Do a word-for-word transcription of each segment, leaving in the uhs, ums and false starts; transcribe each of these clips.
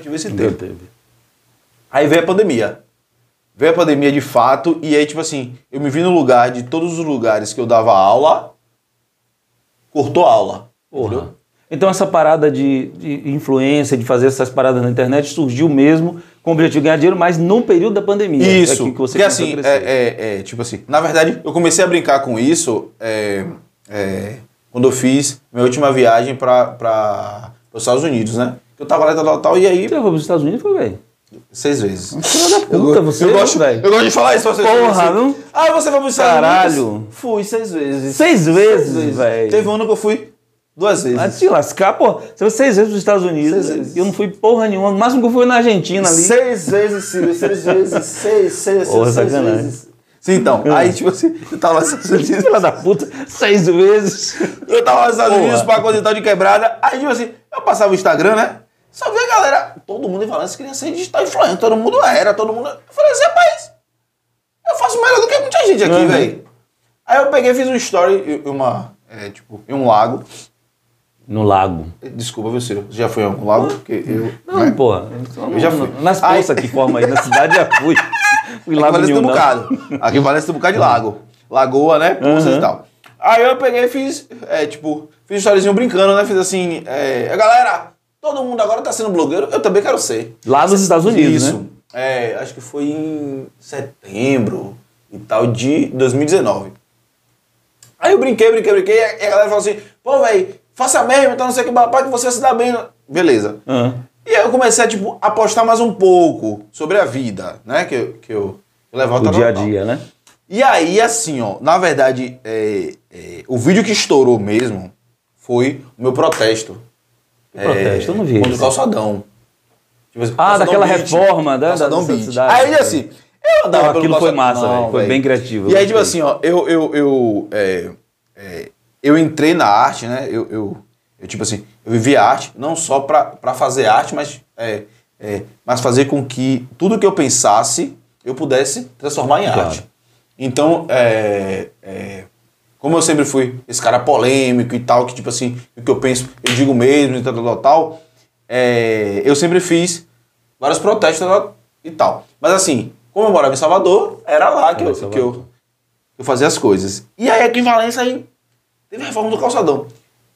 tive esse tempo. Teve. Aí veio a pandemia. Veio a pandemia de fato, e aí, tipo assim, eu me vi no lugar de todos os lugares que eu dava aula, cortou aula. Porra. Então essa parada de, de influência, de fazer essas paradas na internet surgiu mesmo com o objetivo de ganhar dinheiro, mas no período da pandemia. Isso, é que você porque assim, é, é, é, tipo assim, na verdade, eu comecei a brincar com isso é, é, quando eu fiz minha última viagem para os Estados Unidos, né? Eu tava lá e tal, tal, tal, e aí... Você foi para os Estados Unidos, foi, velho? Seis vezes. Filha da puta, você, eu gosto, velho. Eu gosto de falar isso pra vocês. Porra, não? Ah, você foi para os Estados Caralho. Unidos? Fui seis vezes. Seis vezes, velho? Teve um ano que eu fui duas vezes. Mas te lascar, pô. Você foi seis vezes para os Estados Unidos. E eu não fui porra nenhuma. O máximo que eu fui na Argentina ali. Seis vezes, Silvio. Seis vezes. Seis, seis, porra, seis sacanagem. vezes. Sim, então. Aí, tipo assim, eu tava lá nos Estados Unidos. Filha da puta. Seis vezes. Eu tava lá nos Estados Unidos pra coisa e tal de quebrada. Aí, tipo assim, eu passava o Instagram, né? Só via a galera, todo mundo falando que queria ser digital influencer. Todo mundo era, todo mundo... Eu falei assim, rapaz, eu faço melhor do que muita gente aqui, uhum. velho. Aí eu peguei e fiz um story, uma, é, tipo, em um lago. No lago? Desculpa, viu, Ciro? Você já foi em algum lago? Porque eu... Não, né? porra. Eu já fui. Nas poças aí... que formam aí na cidade já fui. Fui lago nenhum, um bocado. Aqui parece um bocado de lago. Lagoa, né? Poças uhum. e tal. Aí eu peguei e fiz, é, tipo, fiz um storyzinho brincando, né? Fiz assim, é, galera... Todo mundo agora tá sendo blogueiro, eu também quero ser. Lá nos Estados Unidos, Isso. né? É, acho que foi em setembro e tal de dois mil e dezenove. Aí eu brinquei, brinquei, brinquei, e a galera falou assim, pô, velho, faça mesmo, então não sei o que, papai, que você se dá bem. Beleza. Uhum. E aí eu comecei a, tipo, apostar mais um pouco sobre a vida, né? Que eu, que eu, eu levava o dia a dia, né? E aí, assim, ó, na verdade, é, é, o vídeo que estourou mesmo foi o meu protesto. Protesto, é, eu não vi contra o calçadão. Tipo assim, ah, calçadão daquela beach, reforma da, da, da cidade. Aí, assim, eu andava não, pelo aquilo calçadão. foi massa, não, véio, foi bem criativo. E aí, tipo assim, ó, eu, eu, eu, é, é, eu entrei na arte, né, eu, eu, eu, tipo assim, eu vivi a arte, não só pra, pra fazer arte, mas, é, é, mas fazer com que tudo que eu pensasse, eu pudesse transformar em claro. arte. Então, é... é como eu sempre fui esse cara polêmico e tal, que tipo assim, o que eu penso, eu digo mesmo e tal, tal, tal, é, eu sempre fiz vários protestos e tal. Mas assim, como eu morava em Salvador, era lá que, eu, que eu, eu fazia as coisas. E aí aqui em Valença, aí, teve a reforma do calçadão.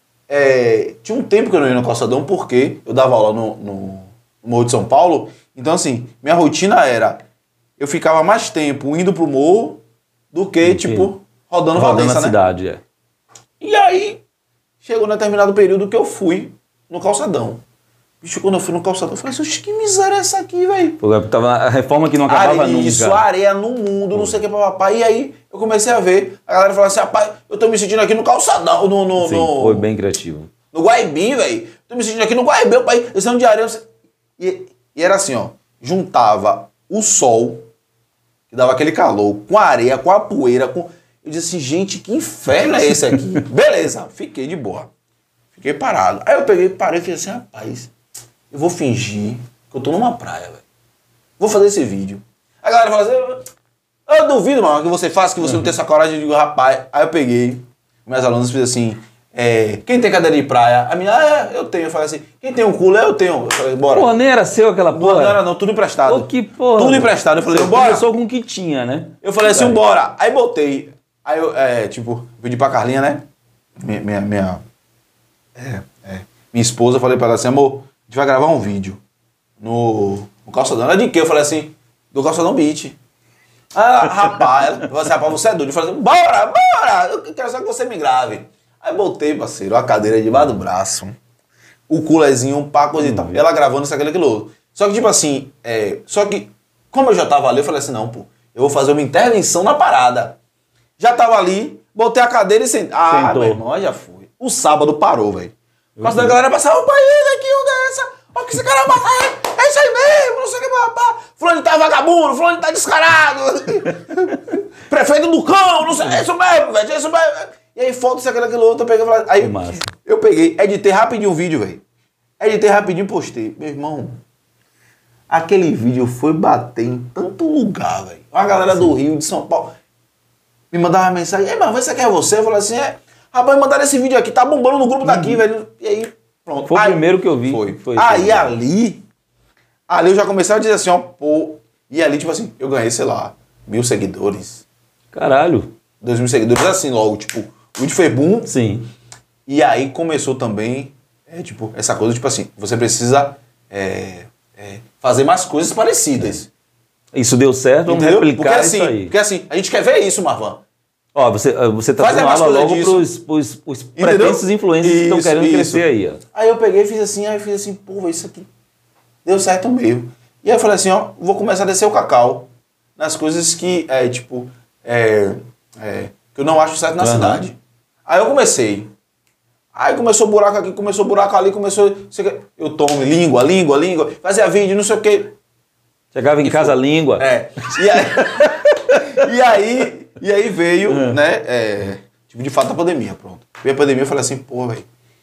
É, tinha um tempo que eu não ia no calçadão, porque eu dava aula no, no, no Morro de São Paulo. Então assim, minha rotina era, eu ficava mais tempo indo pro morro do que, Entendi. tipo... Rodando, Rodando Valença, na né? cidade, é. E aí, chegou num determinado período que eu fui no calçadão. Bicho, quando eu fui no calçadão, eu falei assim, que miséria é essa aqui, velho? Tava a reforma que não acabava areia, nunca. Isso, areia no mundo, não sei o que, papapá. E aí, eu comecei a ver, a galera falou assim, rapaz, eu tô me sentindo aqui no calçadão, no... no Sim, no, foi bem criativo. No Guaibim, velho. Tô me sentindo aqui no Guaibim, pai, eles são de areia. E, e era assim, ó, juntava o sol, que dava aquele calor, com a areia, com a poeira, com... Eu disse assim, gente, que inferno é esse aqui? Beleza, fiquei de boa. Fiquei parado. Aí eu peguei, parei e fiz assim, rapaz, eu vou fingir que eu tô numa praia, velho. Vou fazer esse vídeo. Aí a galera fala assim, eu duvido, mano, que você faça, que você não tem essa coragem. Eu digo, rapaz. Aí eu peguei, meus alunos fiz assim, é, quem tem cadeira de praia? A minha, ah, eu tenho. Eu falei assim, quem tem um culo? Eu tenho. Eu falei, bora. Pô, nem era seu aquela porra? Não, não era não, tudo emprestado. Pô, que porra. Tudo emprestado. Eu falei, você bora. Começou com o que tinha, né? Eu falei assim, bora. Aí botei. Aí eu, é, tipo, pedi pra Carlinha, né? Minha, minha, minha, é, é, minha esposa, falei pra ela assim, amor, a gente vai gravar um vídeo no, no calçadão. Ela de quê? Eu falei assim, do Calçadão Beach. Aí ela, rapaz, ela falou assim, rapaz, você é doido. Eu falei assim, bora, bora, eu quero só que você me grave. Aí botei, parceiro, a cadeira debaixo do braço, o culezinho, um pá, coisa e tal. Ela gravando isso, aquilo, aquilo outro. Só que, tipo assim, é, só que, como eu já tava ali, eu falei assim, não, pô, eu vou fazer uma intervenção na parada. Já tava ali, botei a cadeira e sentei. Ah, Sentou. meu irmão, aí já fui. O sábado parou, velho. O da galera passava, o país aqui, um dessa. Olha que esse cara é, é isso aí mesmo, não sei o que, papá. Fulano tá vagabundo, fulano tá descarado. Prefeito do cão, não sei, é isso mesmo, velho, é isso mesmo. E aí, foto, isso, aquilo, aquilo outro, eu peguei e falei. Aí, massa. Eu peguei, editei rapidinho o vídeo, velho. Editei rapidinho e postei. Meu irmão, aquele vídeo foi bater em tanto lugar, velho. A galera do Rio, de São Paulo, me mandava uma mensagem, ei, mas você quer você? Eu falei assim, é, rapaz, mandaram esse vídeo aqui, tá bombando no grupo daqui, uhum. velho. E aí, pronto. Foi aí, o primeiro que eu vi. Foi. foi aí ali, ali eu já comecei a dizer assim, ó, pô... E ali, tipo assim, eu ganhei, sei lá, mil seguidores. Caralho. Dois mil seguidores, assim, logo, tipo... O vídeo foi boom. Sim. E aí começou também, é, tipo, essa coisa, tipo assim, você precisa é, é, fazer mais coisas parecidas. Isso deu certo, vamos Entendeu? replicar Porque assim, isso aí. porque assim, a gente quer ver isso, Marvan. Ó, você, você tá Faz dando mais aula coisa logo disso. pros, pros, pros pretensos influencers que estão Isso, querendo isso. crescer aí, ó. Aí eu peguei e fiz assim, aí eu fiz assim, pô, isso aqui deu certo mesmo. E aí eu falei assim, ó, vou começar a descer o cacau nas coisas que, é, tipo, é, é, que eu não acho certo na Uhum. cidade. Aí eu comecei. Aí começou buraco aqui, começou buraco ali, começou... Eu tomo língua, língua, língua, fazia vídeo, não sei o quê. Chegava em E casa foi. língua. É. E aí, e aí, e aí veio, Uhum. né, é, tipo, de fato a pandemia, pronto. Veio a pandemia, eu falei assim, pô, velho,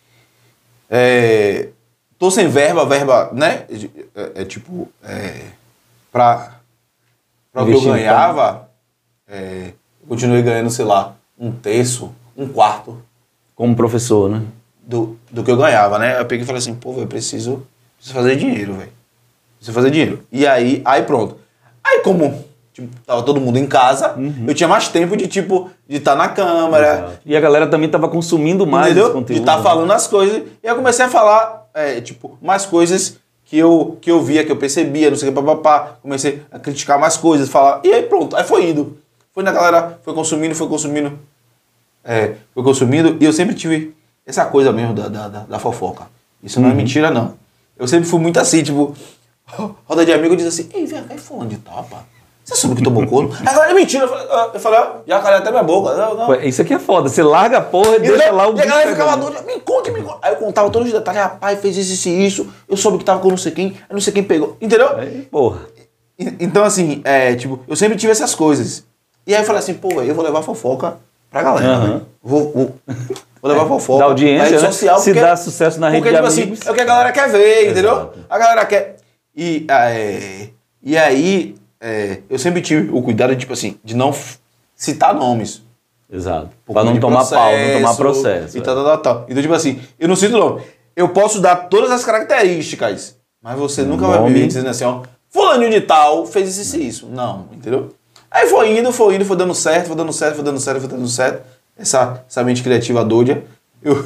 é, tô sem verba, verba, né, é, é tipo, é, pra, pra o que eu Investindo, ganhava, é, eu continuei ganhando, sei lá, um terço, um quarto Como professor, né? do, do que eu ganhava, né? Eu peguei e falei assim, pô, velho, eu preciso, preciso fazer dinheiro, velho. Preciso fazer dinheiro. E aí, aí pronto. Aí como tipo, tava todo mundo em casa, Uhum. eu tinha mais tempo de, tipo, de estar na câmera, Exato. E a galera também tava consumindo mais esse entendeu? conteúdo. De estar né? falando as coisas. E eu comecei a falar, é, tipo, mais coisas que eu, que eu via, que eu percebia, não sei o que, papapá. Comecei a criticar mais coisas, falar. E aí pronto, aí foi indo. Foi na galera, foi consumindo, foi consumindo. É, foi consumindo. E eu sempre tive essa coisa mesmo da, da, da, da fofoca. Isso não é mentira, não. Eu sempre fui muito assim, tipo, roda de amigo diz assim, ei, velho, vai fulano de tal, pá. Você soube que tomou couro? Aí agora é mentira. Eu falei, ah, eu falei, ó, já calhei até minha boca. Não, não. Pô, isso aqui é foda. Você larga a porra e E, deixa lá o e a galera bicho ficava pegando. doida, me conta, me conta. Aí eu contava todos os detalhes, rapaz, fez isso, isso e isso, eu soube que tava com não sei quem, eu não sei quem pegou, entendeu? Aí, porra. E- Então, assim, é, tipo, eu sempre tive essas coisas. E aí eu falei assim, pô, velho, eu vou levar fofoca pra galera, Aham. velho. Vou, vou, vou levar fofoca Da audiência, na rede né? social. Se dá sucesso na rede porque, de tipo amigos. assim, é o que a galera quer ver, entendeu? Exato. A galera quer... E, é, e aí, é, eu sempre tive o cuidado, de, tipo assim, de não f- citar nomes. Exato. Por Pra conta não de tomar pau, não tomar processo processo. E é. tal, tal, tal, tal. Então, tipo assim, eu não cito nome. Eu posso dar todas as características, mas você nunca vai me Nome. ver dizendo assim, ó, fulaninho de tal fez isso e isso. Não, entendeu? Aí foi indo, foi indo, foi dando certo, foi dando certo, foi dando certo, foi dando certo. Essa, essa mente criativa doida. Eu,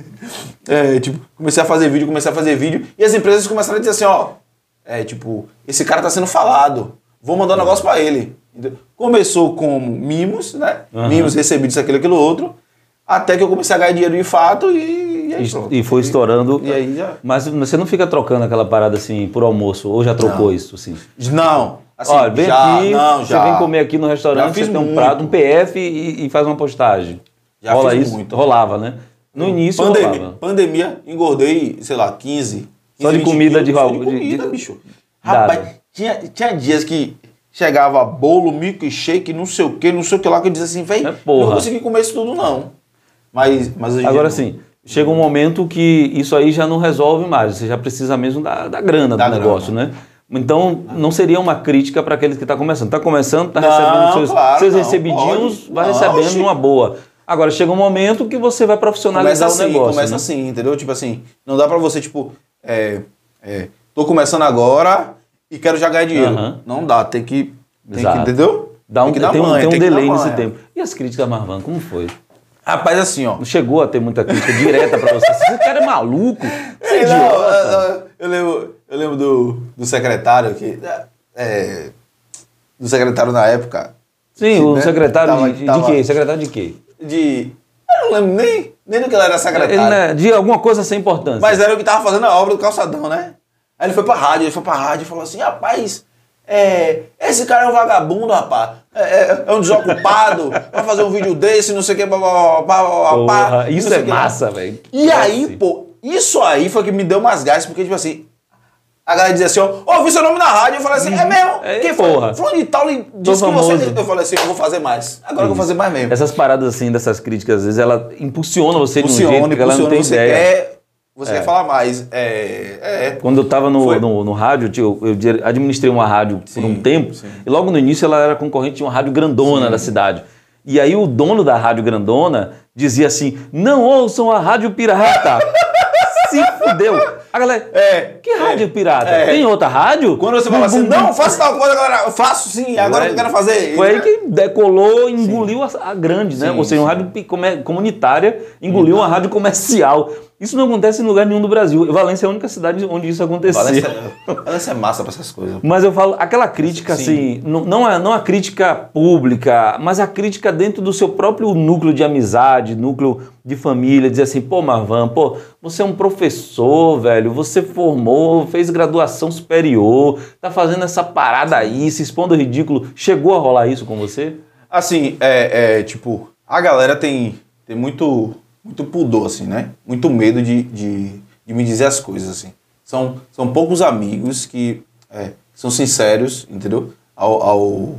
é, tipo, comecei a fazer vídeo, comecei a fazer vídeo, e as empresas começaram a dizer assim, ó, é, tipo, esse cara tá sendo falado, vou mandar um negócio pra ele. Entendeu? Começou com mimos, né? Aham. Mimos recebidos, aquilo, aquilo, outro, até que eu comecei a ganhar dinheiro de fato e, e aí pronto. E, e foi estourando. E aí já... Mas você não fica trocando aquela parada assim por almoço, ou já trocou Não. isso, assim? Não, assim, Olha, vem já, aqui, não, você já. vem comer aqui no Já restaurante, fiz você tem um muito. prato, um P F e, e faz uma postagem. Já Rola fiz isso? muito. Rolava, né? No início pandemia, rolava. pandemia, engordei, sei lá, quinze, Só de vinte comida quilos, de só Raul- de de- comida, de- bicho. Dada. Rapaz, tinha, tinha dias que chegava bolo, milkshake, não sei o que, não sei o que lá, que eu dizia assim, velho, É eu porra. não consegui comer isso tudo não. Mas, mas hoje em Agora dia sim, chega um momento que isso aí já não resolve mais, você já precisa mesmo da, da grana Da do negócio, né? Então, não seria uma crítica para aqueles que estão começando. Está começando, está Não, recebendo seus, claro, seus não, recebidinhos, pode. vai Não, recebendo oxi. numa boa. Agora, chega um momento que você vai Começa profissionalizar assim, o negócio. começa né? assim, entendeu? Tipo assim, não dá pra você, tipo, é, é, tô começando agora e quero já ganhar dinheiro. Aham. Não dá, tem que, tem que, Exato. entendeu? Dá um, que tem, dar um, manha, tem um que dar delay nesse manha. tempo. E as críticas, Marvan, como foi? Rapaz, assim, ó. Não chegou a ter muita crítica direta pra você. Esse cara é maluco. Você é Ei, não, idiota. eu, eu- eu lembro, eu lembro do, do secretário que. É, do secretário na época. Sim, o né? secretário Tava- de, de tava- quê? Secretário de quê? De. Eu não lembro nem, nem do que ele era secretário. Ele, né, de alguma coisa sem importância. Mas era o que tava fazendo a obra do calçadão, né? Aí ele foi pra rádio, ele foi pra rádio e falou assim, rapaz, é, esse cara é um vagabundo, rapaz. É, é- é um desocupado, vai fazer um vídeo desse, não sei o que, blá, blá, blá, blá, blá, Porra, isso não sei é o que lá. massa, velho. E aí, pô, isso aí foi que me deu mais gás, porque, tipo assim, a galera dizia assim, ó, ouvi seu nome na rádio, eu falei assim, é mesmo? É, Quem porra. foi? Fulano de tal, ele disse que famoso. você... Eu falei assim, eu vou fazer mais. Agora eu vou fazer mais mesmo. Essas paradas assim, dessas críticas, às vezes ela impulsiona você de um Funciona, jeito que ela não funciona, tem você ideia. quer... Você quer falar mais. É... é. Quando eu estava no, Foi. no, no rádio, tio, eu dir- administrei uma rádio Sim, por um tempo, sim. e logo no início ela era concorrente de uma rádio grandona da cidade. E aí o dono da rádio grandona dizia assim, não ouçam a rádio pirata. Se fudeu. A galera, É, que rádio é, pirata? é. Tem outra rádio? Quando você fala assim, não, faça tal coisa, galera, eu faço sim, agora eu quero fazer. Foi aí que decolou e engoliu a, a grande, né? Sim, Ou seja, uma sim. rádio come- comunitária engoliu uma rádio comercial. Isso não acontece em lugar nenhum do Brasil. Valência é a única cidade onde isso aconteceu. Valência, Valência é massa pra essas coisas. Mas eu falo, aquela crítica Sim. assim, não, não, a, não a crítica pública, mas a crítica dentro do seu próprio núcleo de amizade, núcleo de família, dizer assim, pô, Marvan, pô, você é um professor, velho, você formou, fez graduação superior, tá fazendo essa parada aí, se expondo ao ridículo. Chegou a rolar isso com você? Assim, é, é tipo, a galera tem, tem muito, muito pudor, assim, né? Muito medo de, de, de me dizer as coisas, assim. São, são poucos amigos que é, são sinceros, entendeu? Ao, ao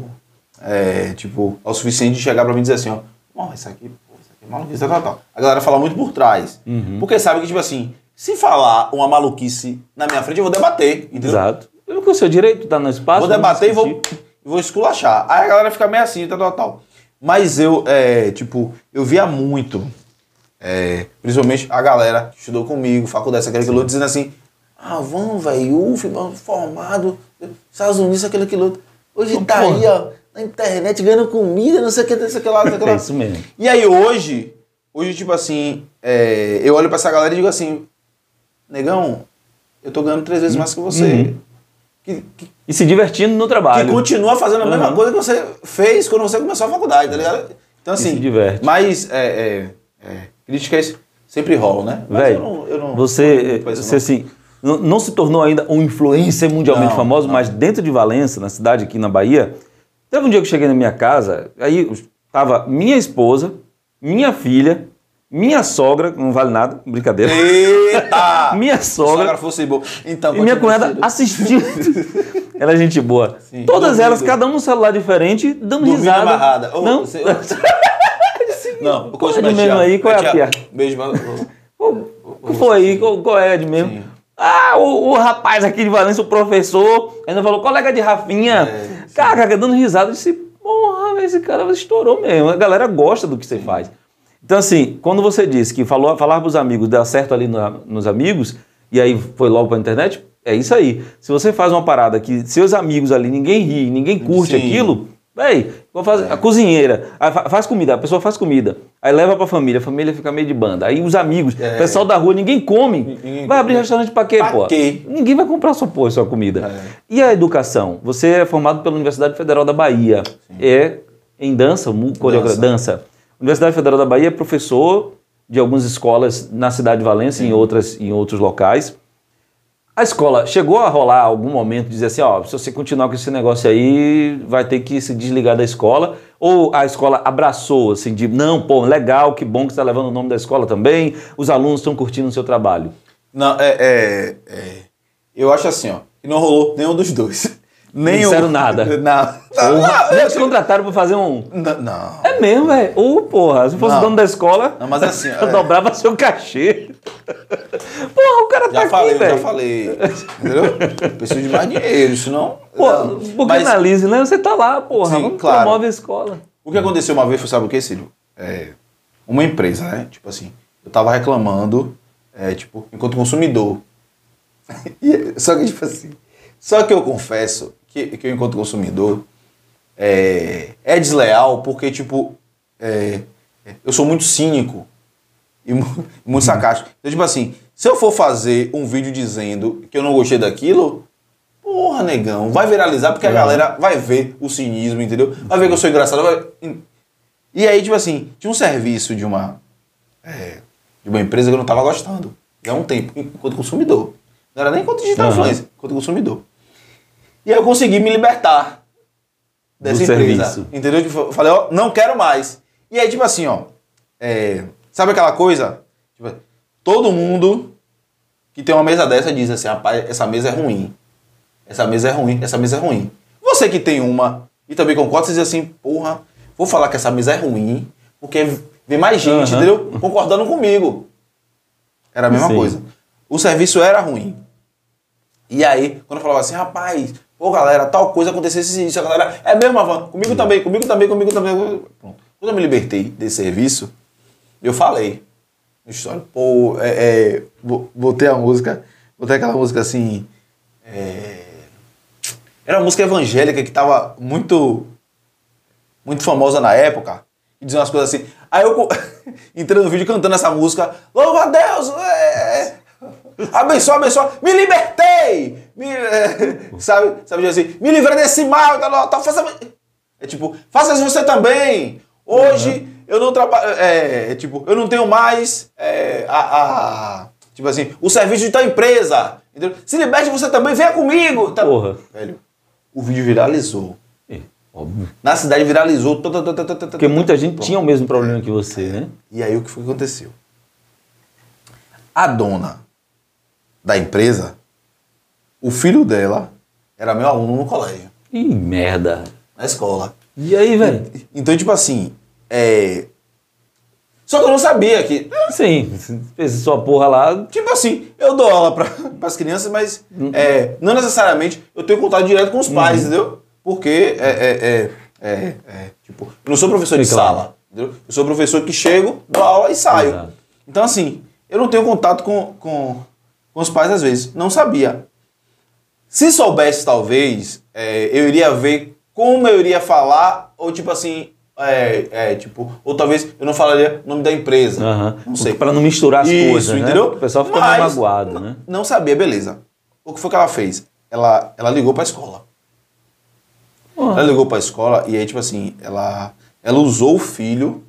é, tipo, ao suficiente de chegar pra mim e dizer assim, ó, ó, isso aqui, pô, isso aqui é maluquice, tal, tal. A galera fala muito por trás. Uhum. Porque sabe que, tipo assim, se falar uma maluquice na minha frente, eu vou debater, entendeu? Exato. Eu com o seu direito, tá no espaço. Vou vamos debater e vou, discutir. vou esculachar. Aí a galera fica meio assim, tal, tal, tal. Mas eu, é, tipo, eu via muito, é, principalmente a galera que estudou comigo, faculdade, aquele aquilo, dizendo assim, ah, vamos, velho, U F, mano, formado, Estados Unidos, aquele aquilo. Hoje Então, tá porra. aí, ó, na internet, ganhando comida, não sei o que, não sei o que lá, não sei o que lá. É isso mesmo. E aí hoje, hoje, tipo assim, é, eu olho pra essa galera e digo assim, negão, eu tô ganhando três vezes mais que você. Uhum. Que, que, E se divertindo no que trabalho. continua fazendo a mesma Uhum. coisa que você fez quando você começou a faculdade, tá ligado? Então assim, se diverte. mas é, é, é, críticas sempre rolam, né? Mas Velho, eu não, eu não, você, não penso, você não. assim, não, não se tornou ainda um influencer mundialmente Não, famoso, não. mas dentro de Valença, na cidade aqui na Bahia, teve um dia que eu cheguei na minha casa, aí tava minha esposa, minha filha, minha sogra, não vale nada, brincadeira, Eita! minha Se a sogra sogra fosse boa. Então, e minha continua cunhada sendo. assistindo. Ela é gente boa. Sim, Todas dormindo. elas, cada um no celular diferente, dando Dormindo risada. amarrada. Ô, Não, você- Não, eu Qual é conheço de minha mesmo tia. aí? Qual é a Minha tia- piada? Beijo, mano. Qual foi aí? Qual, qual é de mesmo? Sim. Ah, o, o rapaz aqui de Valência, o professor, ainda falou, colega de Rafinha. É, sim. Cara, dando risada, eu disse, porra, esse cara estourou mesmo. A galera gosta do que você faz. Então, assim, quando você disse que falou, falar pros amigos, deu certo ali na- nos amigos, e aí foi logo pra internet, é isso aí. Se você faz uma parada que seus amigos ali, ninguém ri, ninguém curte Sim. aquilo, véi, vou fazer, a cozinheira, aí fa- faz comida, a pessoa faz comida, aí leva pra família, a família fica meio de banda, aí os amigos, É. o pessoal da rua, ninguém come, Ninguém vai abrir come. restaurante pra quê, Pra pô? quê? Ninguém vai comprar sua porra, sua comida. É. E a educação? Você é formado pela Universidade Federal da Bahia, é em dança, mu- coreogra- dança. Universidade Federal da Bahia é professor de algumas escolas na cidade de Valência e em, outras, em outros locais. A escola chegou a rolar algum momento, dizer assim, ó, se você continuar com esse negócio aí, vai ter que se desligar da escola? Ou a escola abraçou, assim, de, não, pô, legal, que bom que você está levando o nome da escola também, os alunos estão curtindo o seu trabalho. Não, é, é, é. Eu acho assim, ó, que não rolou nenhum dos dois. Nenhum. disseram nada. Não. Não, Porra, não, nem te contrataram pra fazer um... não, não. É mesmo, velho. Ô, porra, se fosse Não. dono da escola, Não, mas assim, eu é. dobrava seu cachê. Porra, o cara tá Já aqui, falei, eu já velho. falei. Entendeu? Preciso de mais dinheiro, senão. Pô, não. porque Mas analise, né? Você tá lá, porra, Sim, vamos claro. promove a escola. o que aconteceu uma vez foi, sabe o que, Cílio? É, uma empresa, né? Tipo assim, eu tava reclamando, é, tipo, enquanto consumidor. E, só que, tipo assim, só que eu confesso que, que eu, enquanto consumidor, é, é desleal porque, tipo, é, eu sou muito cínico e mu- muito sarcástico. Então, tipo assim, se eu for fazer um vídeo dizendo que eu não gostei daquilo, porra, negão, vai viralizar porque a galera vai ver o cinismo, entendeu? Vai ver que eu sou engraçado. Vai... E aí, tipo assim, tinha um serviço de uma, é, de uma empresa que eu não tava gostando. Já há um tempo, enquanto consumidor. Não era nem enquanto digital Uhum. influencer, enquanto consumidor. E aí eu consegui me libertar dessa Do empresa. serviço. Entendeu? Tipo, eu falei, ó, não quero mais. E aí, tipo assim, ó, é, sabe aquela coisa? Tipo, todo mundo que tem uma mesa dessa diz assim, rapaz, essa mesa é ruim. Essa mesa é ruim, essa mesa é ruim. Você que tem uma e também concorda, você diz assim, porra, vou falar que essa mesa é ruim, porque vem mais gente, Uhum. entendeu? Concordando comigo. Era a mesma Sim. coisa. O serviço era ruim. E aí, quando eu falava assim, rapaz, pô, galera, tal coisa acontecesse isso, a galera, é mesmo, Avan, comigo também, comigo também, comigo também. Pronto. Quando eu me libertei desse serviço, eu falei, no story, pô, é, é, botei a música, botei aquela música assim, é, era uma música evangélica que tava muito, muito famosa na época, e dizia umas coisas assim, aí eu entrei no vídeo cantando essa música, louva a Deus, é, abençoa, abençoa, me libertei, me, é, sabe, sabe assim, me livrei desse mal, tal, tal, faça, é tipo, faça isso você também, hoje uhum. eu não trabalho, é, é, tipo, eu não tenho mais, é, a, a, tipo assim, o serviço de tal empresa, entendeu? Se liberte você também, venha comigo, tá? Porra. Velho, o vídeo viralizou. É, óbvio. Na cidade viralizou. Porque muita gente tinha o mesmo problema que você, né? E aí o que foi que aconteceu? A dona da empresa, o filho dela era meu aluno no colégio. Ih, merda. Na escola. E aí, velho? Então, tipo assim, é... Só que eu não sabia que... Sim, fez sua porra lá. Tipo assim, eu dou aula para as crianças, mas uhum. é, não necessariamente eu tenho contato direto com os pais, uhum. entendeu? Porque, é, é, é, é, é, tipo, eu não sou professor de claro. sala, entendeu? Eu sou professor que chego, dou aula e saio. Exato. Então, assim, eu não tenho contato com, com, com os pais às vezes. Não sabia. Se soubesse, talvez, é, eu iria ver como eu iria falar, ou tipo assim... É, é, tipo, ou talvez eu não falaria o nome da empresa. Uhum. Não sei. Para não misturar as Isso, coisas, entendeu? Né? O pessoal fica Mas, meio magoado, né? Não sabia, beleza. O que foi que ela fez? Ela, ela ligou pra escola. Uhum. Ela ligou pra escola e aí, tipo assim, ela, ela usou o filho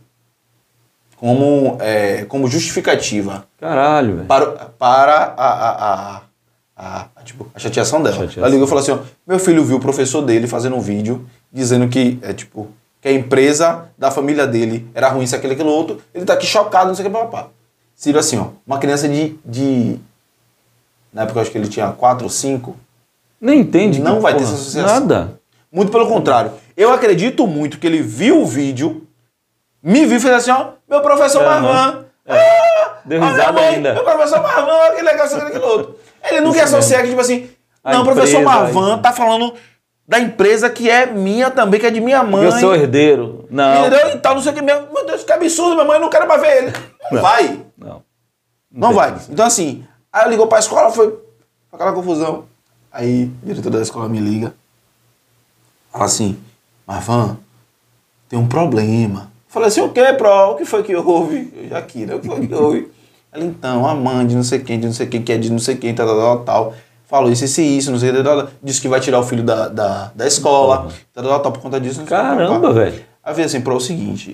como, é, como justificativa. Caralho, velho. Para, para a, a, a, a, a, tipo, a chateação dela. Chateação. Ela ligou e falou assim, ó, meu filho viu o professor dele fazendo um vídeo dizendo que, é tipo... que a empresa da família dele era ruim, isso, aquilo, aquilo, outro, ele tá aqui chocado, não sei o que, papá. Ciro, assim, ó, uma criança de, de... Na época eu acho que ele tinha quatro ou cinco. Nem entende. Não que, vai porra, ter essa associação. Nada. Muito pelo contrário. Eu acredito muito que ele viu o vídeo, me viu e fez assim, ó, meu professor uhum. Marvan. É. Ah, Deu risada mãe, ainda. Meu professor Marvan, que legal, isso, aquilo, aquilo, outro. Ele nunca ia associar que, tipo assim, a não, o empresa, professor Marvan tá falando... da empresa que é minha também, que é de minha mãe. Eu sou herdeiro. Não. Entendeu? E tal, não sei o que mesmo. Meu Deus, que absurdo, minha mãe, eu não quero mais ver ele. Não, não. vai. Não. Não, não vai. Isso. Então, assim, aí ela ligou pra escola, foi aquela confusão. Aí, o diretor da escola me liga. Fala assim, Marvan, tem um problema. Eu falei assim, o que, pro? O que foi que houve? Eu já queria, o que foi que houve? Ela, então, a mãe de não sei quem, de não sei quem, que é de não sei quem, tal, tal, tal, tal. Falou isso, isso e isso, não sei o que, disse que vai tirar o filho da, da, da escola, uhum. tal, tal, tal, por conta disso. Não sei Caramba, que, velho. Aí eu falei assim, pro, é o seguinte,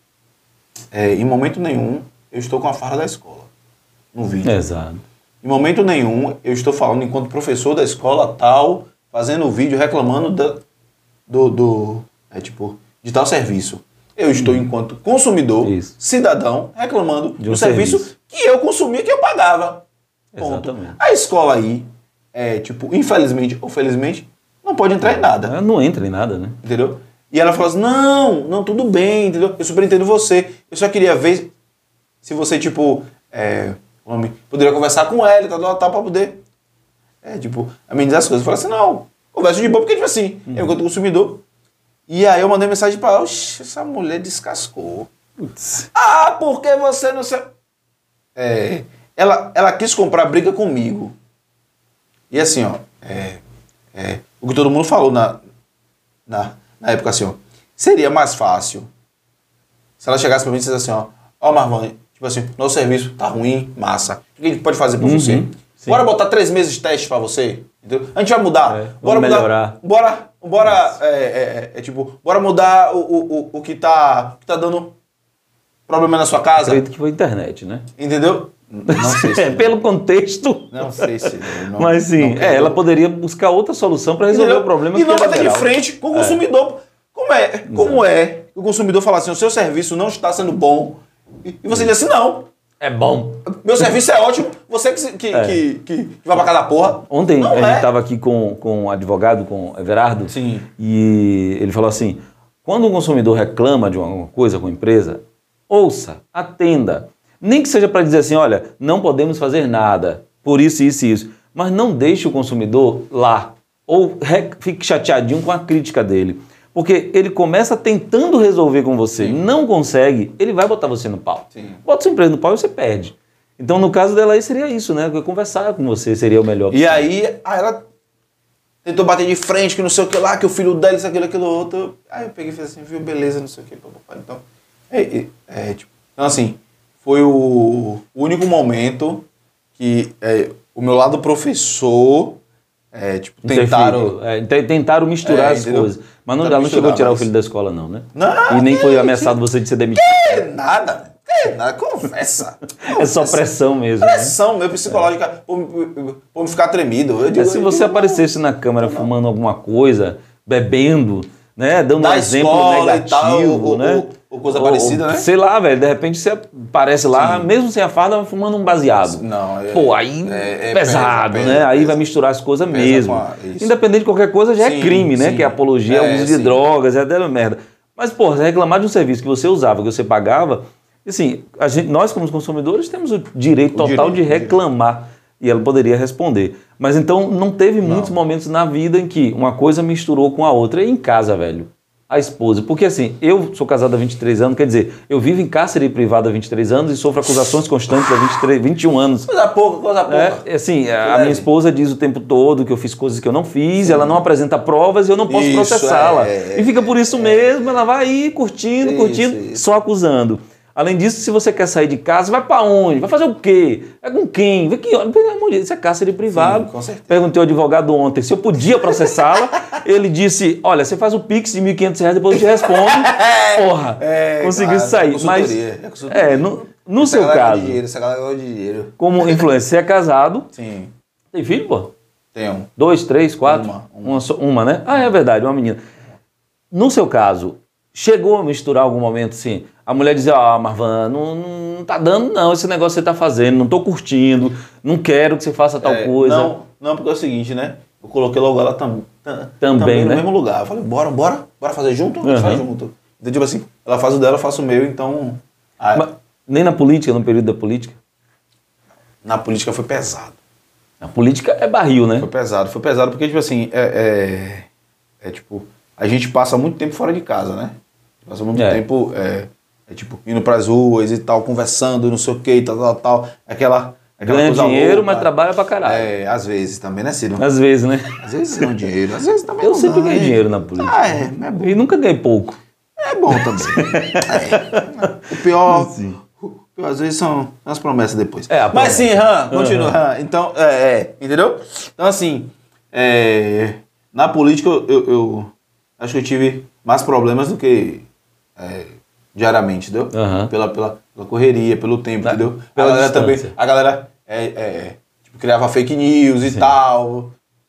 é, em momento nenhum eu estou com a farda da escola, no vídeo. Exato. Em momento nenhum eu estou falando enquanto professor da escola tal, fazendo o vídeo, reclamando da, do, do é, tipo, de tal serviço. Eu estou uhum. enquanto consumidor, isso. cidadão, reclamando de um do serviço, serviço que eu consumia, que eu pagava. Ponto. Exatamente. A escola aí, É, tipo, infelizmente ou felizmente, não pode entrar em nada. Ela não entra em nada, né? Entendeu? E ela falou assim, não, não, tudo bem, entendeu? Eu super entendo você. Eu só queria ver se você, tipo, é, homem, poderia conversar com ela e tal, tal, tal, pra poder, é, tipo, amenizar as coisas. Eu falei assim, não, conversa de boa, porque, tipo assim, uhum. eu enquanto consumidor. E aí eu mandei mensagem pra ela, oxe, essa mulher descascou. Putz. Ah, porque você não sei... É, ela, ela quis comprar briga comigo. E assim, ó, é, é, o que todo mundo falou na, na, na época, assim, ó, seria mais fácil se ela chegasse pra mim e dissesse assim, ó, ó, Marvan, tipo assim, nosso serviço tá ruim, massa, o que a gente pode fazer por uhum, você? Sim. Bora botar três meses de teste pra você, entendeu? A gente vai mudar, é, bora mudar, melhorar. bora, bora, é, é, é, tipo, bora mudar o, o, o, o que tá, que tá dando problema na sua casa. Acredito que foi internet, né? Entendeu? Não sei se é, pelo contexto. Não sei se. Não, mas sim, não é, ela poderia buscar outra solução para resolver entendeu? o problema. E não bater de frente com o consumidor. É. Como é? Como é que o consumidor fala assim, o seu serviço não está sendo bom, e você diz assim, não. É bom. Meu serviço é ótimo, você que, que, é. que, que, que vai pra cada porra. Ontem não a é. gente estava aqui com, com um advogado, com o Everardo, sim. E ele falou assim, quando um consumidor reclama de alguma coisa com a empresa, ouça, atenda. Nem que seja para dizer assim, olha, não podemos fazer nada, por isso, isso e isso. Mas não deixe o consumidor lá, ou fique chateadinho com a crítica dele. Porque ele começa tentando resolver com você, Sim. não consegue, ele vai botar você no pau. Sim. Bota sua empresa no pau e você perde. Então, no caso dela aí, seria isso, né? Conversar com você seria o melhor. E aí, aí ela tentou bater de frente, que não sei o que lá, que o filho dela, isso, aquilo, aquilo outro. Aí eu peguei e falei assim, viu, beleza, não sei o que, papai. Então, é, é, tipo, então, assim, foi o único momento que é, o meu lado professor, é, tipo, tentaram... É, tentaram misturar é, as entendeu? coisas. Mas não, não chegou a tirar mas... o filho da escola, não, né? Não, e nem foi ameaçado você de ser demitido. Que nada, que nada, conversa. É só pressão mesmo. Pressão, né? meu psicológica, por me ficar tremido. Eu digo, é, se você digo, aparecesse na câmera não. fumando alguma coisa, bebendo, né? Dando da um exemplo negativo, tal, ou, né? Ou, ou coisa ou, parecida, né? Sei lá, velho, de repente você aparece lá, Sim. mesmo sem a farda, fumando um baseado. Não, é, Pô, aí é, é pesado, pesa, né? Pesa, aí pesa, vai misturar as coisas mesmo. A, Independente de qualquer coisa, já sim, é crime, né? Sim. Que é apologia ao é, uso de sim. drogas, é até merda. Mas, pô, você reclamar de um serviço que você usava, que você pagava, assim, a gente, nós como consumidores temos o direito o total direito, de reclamar. E ela poderia responder. Mas então não teve não. muitos momentos na vida em que uma coisa misturou com a outra. E em casa, velho, a esposa. Porque assim, eu sou casado há vinte e três anos, quer dizer, eu vivo em cárcere privado há vinte e três anos e sofro acusações constantes há vinte e três, vinte e um anos. Coisa pouca, coisa pouca. É, assim, a, a minha esposa diz o tempo todo que eu fiz coisas que eu não fiz, Sim. ela não apresenta provas e eu não posso isso, processá-la. É, e fica por isso é, mesmo, ela vai aí curtindo, isso, curtindo, isso. só acusando. Além disso, se você quer sair de casa, vai pra onde? Vai fazer o quê? É com quem? Vai que, pelo amor de Deus, isso é cárcere privado. Sim, com certeza. Perguntei ao advogado ontem se eu podia processá-la. Ele disse, olha, você faz o Pix de mil e quinhentos reais, depois eu te respondo. Porra, é, conseguiu claro, sair. É Mas, é, é no, no essa seu caso, dinheiro, essa galera gosta de dinheiro. Como influencer, você é casado. Sim. Tem filho, pô? Tenho. Dois, três, quatro? Uma. Uma, uma, uma né? Ah, é verdade, uma menina. No seu caso, chegou a misturar algum momento, assim... A mulher dizia, ó, oh, Marvan, não, não tá dando não esse negócio que você tá fazendo, não tô curtindo, não quero que você faça tal é, coisa. Não, não, porque é o seguinte, né? Eu coloquei logo ela tam, tam, também, também no né? mesmo lugar. Eu falei, bora, bora, bora fazer junto? Uhum. Faz junto. Então, tipo assim, ela faz o dela, eu faço o meu, então... Aí, Mas, nem na política, no período da política? Na política foi pesado. A política é barril, né? Foi pesado, foi pesado porque, tipo assim, é, é, é tipo, a gente passa muito tempo fora de casa, né? Passa muito é. tempo... É, É tipo, indo pras ruas e tal, conversando, não sei o que, tal, tal, tal. Aquela, aquela Ganha coisa dinheiro, louca. Mas trabalha pra caralho. É, às vezes também, né, Ciro? Às vezes, né? Às vezes não dinheiro, às vezes também Eu não sempre dá, ganhei né? dinheiro na política. Ah, é, é bom. E nunca ganhei pouco. É bom também. é. O pior, sim. o pior, às vezes, são as promessas depois. É, mas sim, Han, continua, uhum. Han. Então, é, é, entendeu? Então, assim, é, na política, eu, eu, eu acho que eu tive mais problemas do que... É, diariamente, entendeu? Uhum. Pela, pela, pela correria, pelo tempo, Na, entendeu? Pela a galera distância. também, a galera é, é, tipo, criava fake news e Sim. tal,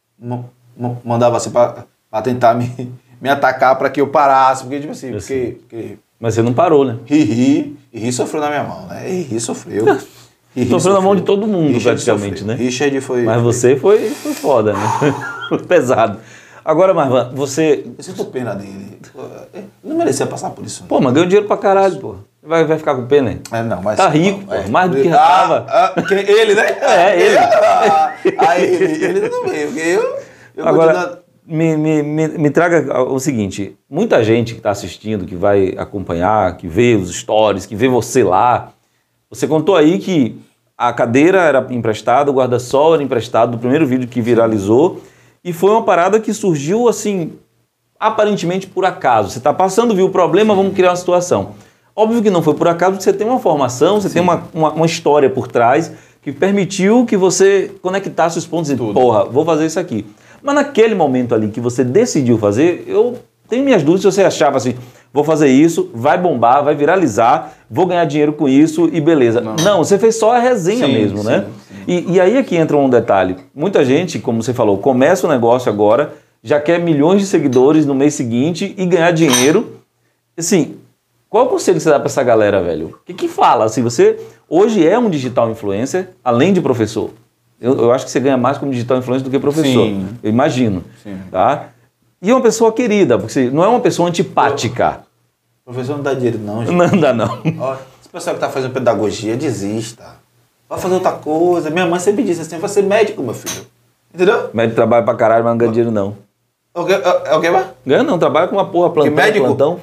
mandava assim pra, pra tentar me, me atacar pra que eu parasse, porque tipo assim, porque, porque... Mas você não parou, né? Riri, Riri sofreu na minha mão, né? Riri sofreu. Riri sofreu na mão de todo mundo, Richard praticamente, né? Richard foi... Mas você foi, foi foda, né? Foi pesado. Agora, Marvan, você... Eu sinto pena dele. Eu não merecia passar por isso. Né? Pô, mas ganhou dinheiro pra caralho, pô. Vai, vai ficar com pena, hein? É, não, mas... Tá rico, não, pô. É. Mais do que já ah, tava. Ah, que ele, né? É, ele. Ah, ah, ele, ele tudo bem, porque eu... eu Agora, continuo... me, me, me, me traga o seguinte. Muita gente que tá assistindo, que vai acompanhar, que vê os stories, que vê você lá. Você contou aí que a cadeira era emprestada, o guarda-sol era emprestado do primeiro vídeo que viralizou. E foi uma parada que surgiu, assim, aparentemente por acaso. Você está passando, viu o problema, vamos criar uma situação. Óbvio que não foi por acaso, porque você tem uma formação, você Sim. tem uma, uma, uma história por trás que permitiu que você conectasse os pontos e, porra, vou fazer isso aqui. Mas naquele momento ali que você decidiu fazer, eu tenho minhas dúvidas se você achava assim, vou fazer isso, vai bombar, vai viralizar, vou ganhar dinheiro com isso e beleza. Não, não você fez só a resenha sim, mesmo, sim, né? Sim. E, e aí é que entra um detalhe. Muita gente, como você falou, começa o negócio agora, já quer milhões de seguidores no mês seguinte e ganhar dinheiro. Assim, qual é o conselho que você dá pra essa galera, velho? O que que fala? Assim, você hoje é um digital influencer, além de professor. Eu, eu acho que você ganha mais como digital influencer do que professor. Sim. Eu imagino. Sim. Tá? E é uma pessoa querida, porque não é uma pessoa antipática. O professor não dá dinheiro não, gente. Não dá não. Ó, esse pessoal que tá fazendo pedagogia, desista. Vai fazer outra coisa. Minha mãe sempre disse assim, vai ser médico, meu filho. Entendeu? Médico trabalha pra caralho, mas não ganha dinheiro não. O que, é o que, mano? Ganha não, trabalha com uma porra plantão. Que médico? Plantão.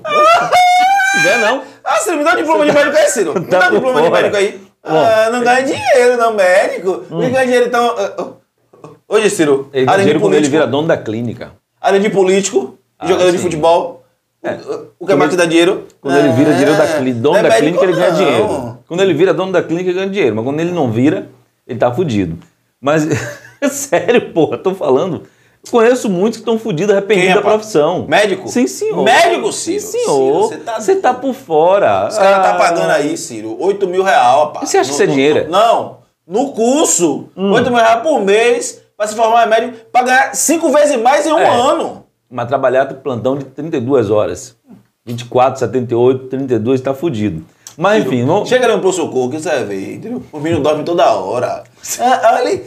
Ganha não. Ah, Ciro, me dá um diploma de médico aí, Ciro. Me Tá dá um por diploma de fora. médico aí. Ah, não ganha dinheiro, não, médico. Não ganha dinheiro, então... Hoje, Ciro, Ele ganha além de dinheiro quando ele político, vira dono da clínica. além de político, Ah, jogador de sim. futebol, É. o que mais que dá dinheiro? Quando ele vira dinheiro da clínica, dono não é da médico, clínica, ele ganha não. dinheiro. Quando ele vira dono da clínica, ele ganha dinheiro. Mas quando ele não vira, ele tá fudido. Mas, sério, porra, tô falando. Conheço muitos que estão fudidos, arrependidos Quem, da rapaz? profissão. Médico? Sim, senhor. Médico, Sim, Ciro? senhor. Ciro, você tá Você tá por fora. Os caras Ah. tá pagando aí, Ciro, oito mil reais, rapaz. E você acha que isso é No- dinheiro? no- Não, no curso, Hum. oito mil reais por mês, pra se formar em médico, pra ganhar cinco vezes mais em um É. ano. Mas trabalhar com plantão de trinta e duas horas. vinte e quatro, setenta e oito, trinta e dois, tá fudido. Mas enfim, vamos... Chega ali no pronto-socorro, que você vai ver, entendeu? O menino dorme toda hora. Ah, ali.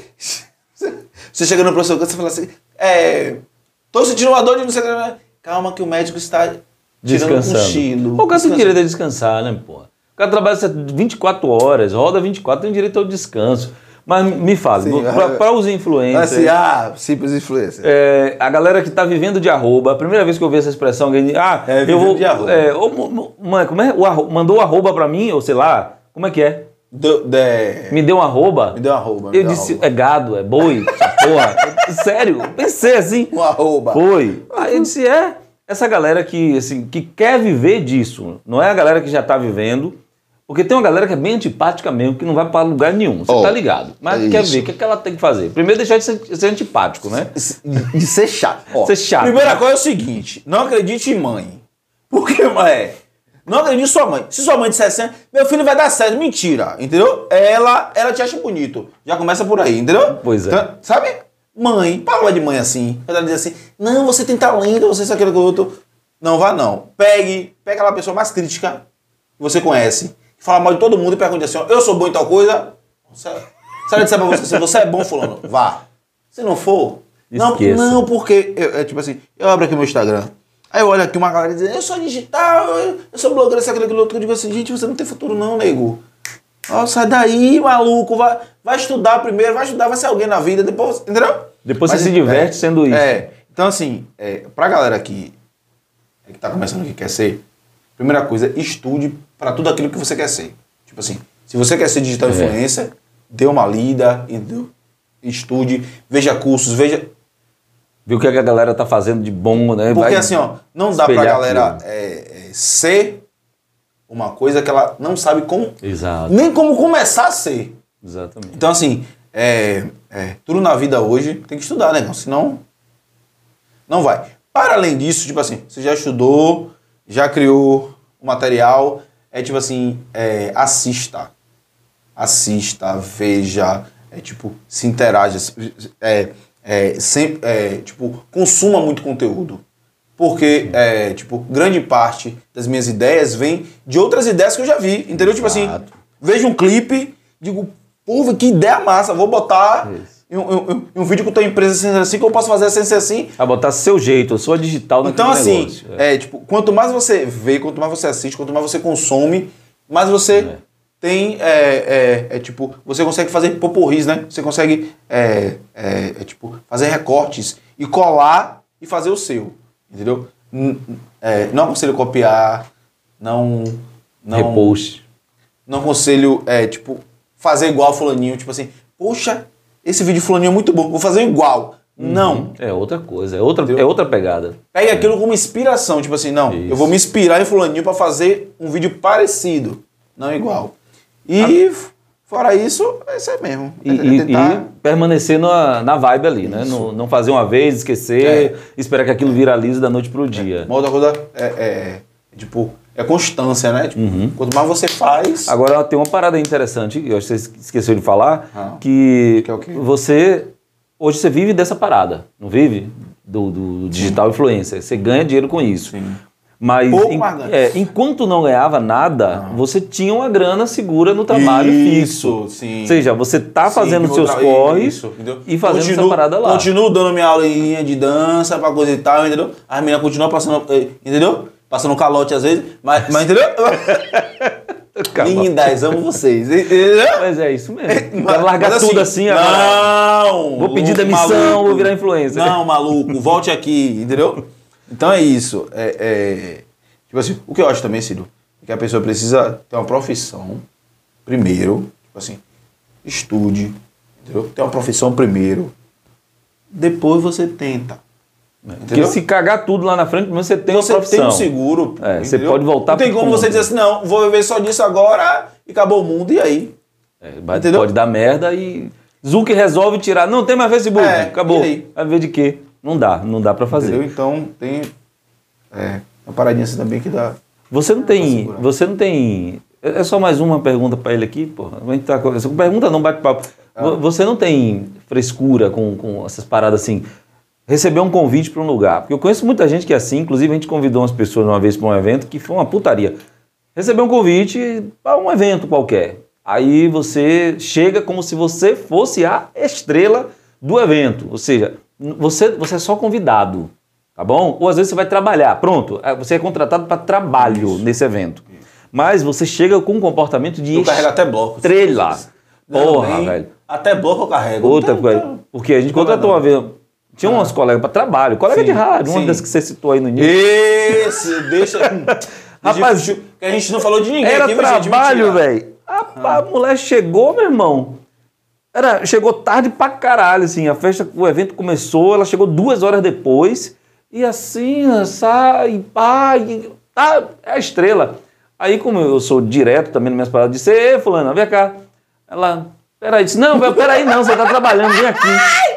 Você chega no pronto-socorro, você fala assim, é... Tô sentindo uma dor de não sei o que. Calma que o médico está tirando um Descansando. cochilo. O cara tem Descansando. direito a descansar, né, porra? O cara trabalha vinte e quatro horas, roda vinte e quatro, tem direito ao descanso. Mas me fala, Sim, para os influencers, Assim, ah, simples influência. é, a galera que tá vivendo de arroba, a primeira vez que eu vi essa expressão, alguém diz, ah, É, eu vivendo vou... de arroba. É, ô, mo- mo- mãe, como é? O arro- mandou arroba pra mim, ou sei lá, como é que é? Do, de... Me deu um arroba? Me deu uma arroba. me Eu deu uma disse, arroba. é gado, é boi, essa porra. Sério, eu pensei assim. Um arroba. Foi. Aí eu disse, é, essa galera que, assim, que quer viver disso, não é a galera que já tá vivendo, porque tem uma galera que é bem antipática mesmo, que não vai pra lugar nenhum, você Oh, tá ligado. Mas é quer isso. ver, o que, é que ela tem que fazer? Primeiro deixar de ser, de ser antipático, né? De ser chato. Ó, Ser chato. Primeira coisa é o seguinte: não acredite em mãe. Porque, é. Não acredite em sua mãe. Se sua mãe disser assim, meu filho vai dar certo. Mentira, entendeu? Ela, ela te acha bonito. Já começa por aí, entendeu? Pois é. Então, sabe? Mãe, fala de mãe assim. Ela diz assim, não, você tem talento, você isso, aquilo, aquilo outro. Não vá, não. Pegue, pega aquela pessoa mais crítica que você conhece. Fala mal de todo mundo e pergunta assim, ó, eu sou bom em tal coisa. Se ela se ela disser pra você, se você é bom, fulano, vá. Se não for, não, Esqueça. não, porque, eu, é tipo assim, eu abro aqui meu Instagram, aí eu olho aqui uma galera dizendo, eu sou digital, eu, eu sou blogueiro, isso, aquilo, aquilo outro, eu digo assim, gente, você não tem futuro não, nego. Ó, sai daí, maluco, vai, vai estudar primeiro, vai estudar, vai ser alguém na vida, depois, entendeu? Depois Mas, você se diverte é, sendo isso. É, então assim, é, pra galera que, que tá começando o que quer ser, primeira coisa, estude pra tudo aquilo que você quer ser. Tipo assim, se você quer ser digital É. influencer, dê uma lida, entendeu? Estude, veja cursos, veja... Ver o que a galera tá fazendo de bom, né? Porque Vai assim, ó, não dá pra espelhar galera aquilo. é, é, ser uma coisa que ela não sabe como, Exato, nem como começar a ser. exatamente. Então assim, é, é, tudo na vida hoje tem que estudar, né? Senão, não vai. Para além disso, tipo assim, você já estudou, já criou o material, é tipo assim, é, assista. Assista, veja, é tipo, se interaja, é, é, sempre, é, tipo, consuma muito conteúdo. Porque, é, tipo, grande parte das minhas ideias vem de outras ideias que eu já vi, entendeu? Tipo assim, Exato. vejo um clipe, digo, pô, que ideia massa, vou botar Isso. em um, em um- em um vídeo com tua empresa assim, assim, que eu posso fazer assim, assim, assim. Vai botar seu jeito, sua digital naquele Então, assim, negócio. é. tipo, quanto mais você vê, quanto mais você assiste, quanto mais você consome, mais você É. tem, é, é, é, tipo, você consegue fazer poporris, né? Você consegue, é, é, é, tipo, fazer recortes e colar e fazer o seu, entendeu? N- é, não aconselho copiar, não... não Repost. Não aconselho, é, tipo, fazer igual fulaninho, tipo assim, poxa, esse vídeo fulaninho é muito bom, vou fazer igual. Não. É outra coisa, é outra, Entendeu? é outra pegada. Pegue aquilo como inspiração, tipo assim, não, Isso. eu vou me inspirar em fulaninho pra fazer um vídeo parecido, não igual. E fora isso, é isso aí mesmo. E, É e- tentar- e permanecer na, na vibe ali, né? Não, não fazer uma vez, esquecer, esperar que aquilo viralize da noite pro dia. Uma outra coisa é, é, é, tipo, é constância, né? Tipo, Uhum. quanto mais você faz... Agora tem uma parada interessante, eu acho que você esqueceu de falar, Ah. que, Que é o quê? você, hoje você vive dessa parada, não vive? Do, do digital influencer, você ganha dinheiro com isso. Sim. Mas Pouco, em- mas ganha. é, enquanto não ganhava nada, você tinha uma grana segura no trabalho Isso, fixo. sim. Ou seja, você tá Sim, fazendo que os vou seus tra- corres isso, entendeu? e fazendo Continuo- essa parada lá. Continuo dando minha aulinha de dança pra coisa e tal, entendeu? As meninas continuam passando, eh, entendeu? Passando calote às vezes, mas, mas entendeu? Lindas, amo vocês. Mas é isso mesmo. Vai largar Mas assim, tudo assim não, agora. Vou pedir demissão, maluco. vou virar influencer. Não, maluco, volte aqui, entendeu? Então é isso. É, é, tipo assim, o que eu acho também, Ciro, é que a pessoa precisa ter uma profissão primeiro, tipo assim, estude, entendeu? Ter uma profissão primeiro, depois você tenta. Porque Entendeu? se cagar tudo lá na frente, você tem você uma profissão. tem um seguro. É, você pode voltar Não tem pro como fundo. você dizer assim, não, vou viver só disso agora e acabou o mundo, e aí? É, vai- Entendeu? pode dar merda e Zuc resolve tirar. Não tem mais Facebook, É, acabou. e aí? Vai ver de quê? Não dá, não dá pra fazer. Entendeu? Então tem é, uma paradinha assim também que dá. Você não tem, segurar. você não tem. É só mais uma pergunta pra ele aqui, porra. A gente tá conversando. Pergunta não, bate-papo. Ah. Você não tem frescura com, com essas paradas assim? Receber um convite pra um lugar. Porque eu conheço muita gente que é assim, inclusive a gente convidou umas pessoas uma vez pra um evento que foi uma putaria. Receber um convite para um evento qualquer. Aí você chega como se você fosse a estrela do evento. Ou seja, você, você é só convidado, tá bom? Ou às vezes você vai trabalhar. Pronto, você é contratado para trabalho Isso. nesse evento. Mas você chega com um comportamento de Eu carrego até bloco. estrela. Não, Porra, nem- velho. Até bloco eu carrego. Outra Não, coisa. não. Porque a gente Não, contratou não. uma vez. Tinha umas colegas para trabalho, colega Sim, de rádio, uma sim. das que você citou aí no início. Esse, deixa. Rapaz, que a gente não falou de ninguém Era aqui, mas, gente, trabalho, mentira. velho. A, a mulher chegou, meu irmão. Era, chegou tarde pra caralho, assim. A festa, o evento começou, ela chegou duas horas depois. E assim, sai, pai, tá, é a estrela. Aí, como eu sou direto também nas minhas paradas, disse, ê, fulana, vem cá. Ela, peraí, disse, não, peraí não, você tá trabalhando, vem aqui.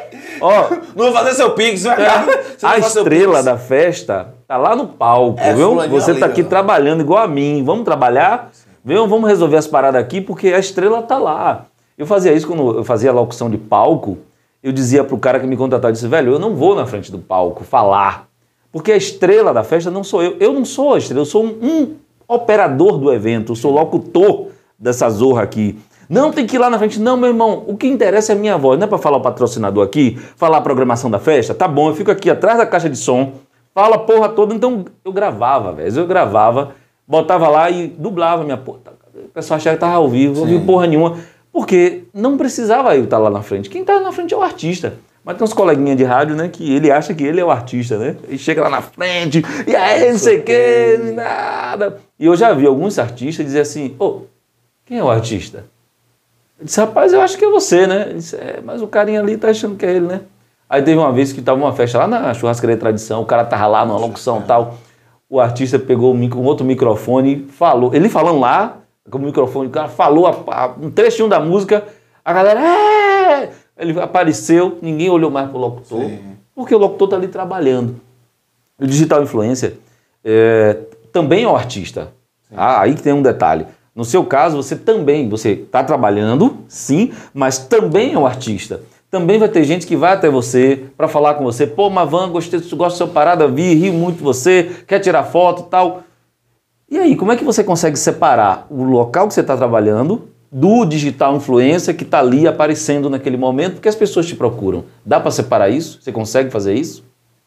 Ó, Não vou fazer seu pix, vai cá. Você a não faz seu estrela pix. da festa tá lá no palco, É, viu? fulaninho Você ali, tá aqui ó. trabalhando igual a mim. Vamos trabalhar? Viu? Vamos resolver as paradas aqui, porque a estrela tá lá. Eu fazia isso quando eu fazia a locução de palco. Eu dizia pro cara que me contratava, eu disse, velho, eu não vou na frente do palco falar. Porque a estrela da festa não sou eu. Eu não sou a estrela, eu sou um, um operador do evento, eu sou locutor dessa zorra aqui. Não tem que ir lá na frente. Não, meu irmão, o que interessa é a minha voz. Não é para falar o patrocinador aqui, falar a programação da festa? Tá bom, eu fico aqui atrás da caixa de som, fala a porra toda. Então eu gravava, velho. Eu gravava, botava lá e dublava minha porra. O pessoal achava que tava ao vivo, não ouviu porra nenhuma. Porque não precisava eu estar lá na frente. Quem tá na frente é o artista. Mas tem uns coleguinhas de rádio, né, que ele acha que ele é o artista, né? E chega lá na frente, e aí, não sei o que, nada. E eu já vi alguns artistas dizer assim, ô, quem é o artista? Eu disse, rapaz, eu acho que é você, né? Ele disse, é, mas o carinha ali tá achando que é ele, né? Aí teve uma vez que tava uma festa lá na Churrascaria Tradição, o cara tava lá numa locução e tal, o artista pegou um, micro- um outro microfone e falou, ele falando lá, com o microfone, o cara falou a- a- um trechinho da música, a galera, é! Ele apareceu, ninguém olhou mais pro locutor, Sim. porque o locutor tá ali trabalhando. O digital influencer é, também é um artista. Ah, aí que tem um detalhe. No seu caso, você também, você está trabalhando, sim, mas também é um artista. Também vai ter gente que vai até você para falar com você. Pô, Mavan, gostei, gosto da sua parada, vi, ri muito de você, quer tirar foto e tal. E aí, como é que você consegue separar o local que você está trabalhando do digital influencer que está ali aparecendo naquele momento, porque as pessoas te procuram? Dá para separar isso? Você consegue fazer isso?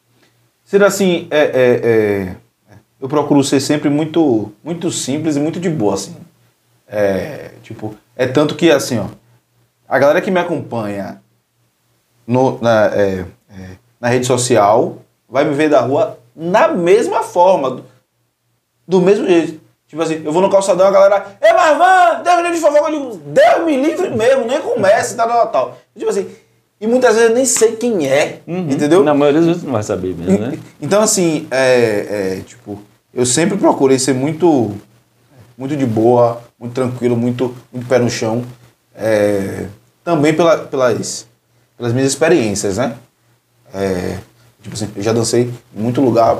Ser assim, é, é, é, eu procuro ser sempre muito, muito simples e muito de boa, assim. É, tipo, é tanto que, assim, ó, a galera que me acompanha no, na, é, é, na rede social vai me ver da rua na mesma forma, do, do mesmo jeito. Tipo assim, eu vou no calçadão, a galera, ei, Marvan, Deus me livre de fofoca, eu digo, Deus me livre mesmo, nem comece, tal, tal, tal. Tipo assim, e muitas vezes eu nem sei quem é, entendeu? Na maioria das vezes não vai saber mesmo, né? Então, assim, é, é, tipo, eu sempre procurei ser muito, muito de boa, muito tranquilo, muito, muito pé no chão. É, também pela, pelas, pelas minhas experiências, né? É, tipo assim, eu já dancei em muito lugar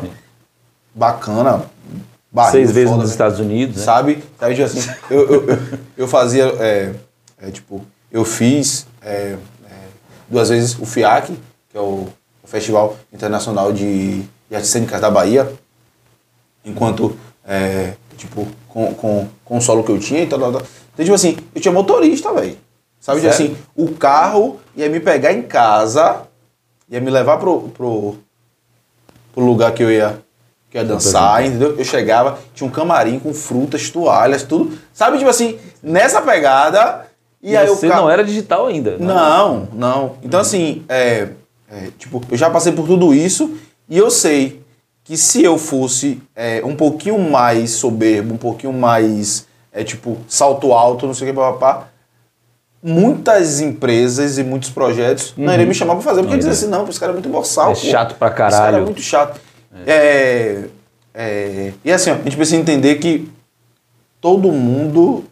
bacana. barril, Seis vezes foda, nos né? Estados Unidos, né? Sabe? Sabe, tipo assim, eu, eu, eu, eu fazia, é, é, tipo, eu fiz é, é, duas vezes o FIAC, que é o, o Festival Internacional de, de Artes Cênicas da Bahia, enquanto, é, tipo, com, com, com o solo que eu tinha e tal, tal, tal. Então, tipo assim, eu tinha motorista, velho. Sabe, tipo Sério? assim, o carro ia me pegar em casa, ia me levar pro, pro, pro lugar que eu ia, que ia dançar, entendeu? Eu chegava, tinha um camarim com frutas, toalhas, tudo. Sabe, tipo assim, nessa pegada... E, e aí você o ca... não era digital ainda? Não, não. não. Então, assim, é, é, tipo, eu já passei por tudo isso e eu sei que se eu fosse é, um pouquinho mais soberbo, um pouquinho mais, é, tipo, salto alto, não sei o que, papapá, muitas empresas e muitos projetos uhum. não iriam me chamar pra fazer, porque diziam assim, não, esse cara é muito boçal. É pô. chato pra caralho. Esse cara é muito chato. É. É, é, e assim, ó, a gente precisa entender que todo mundo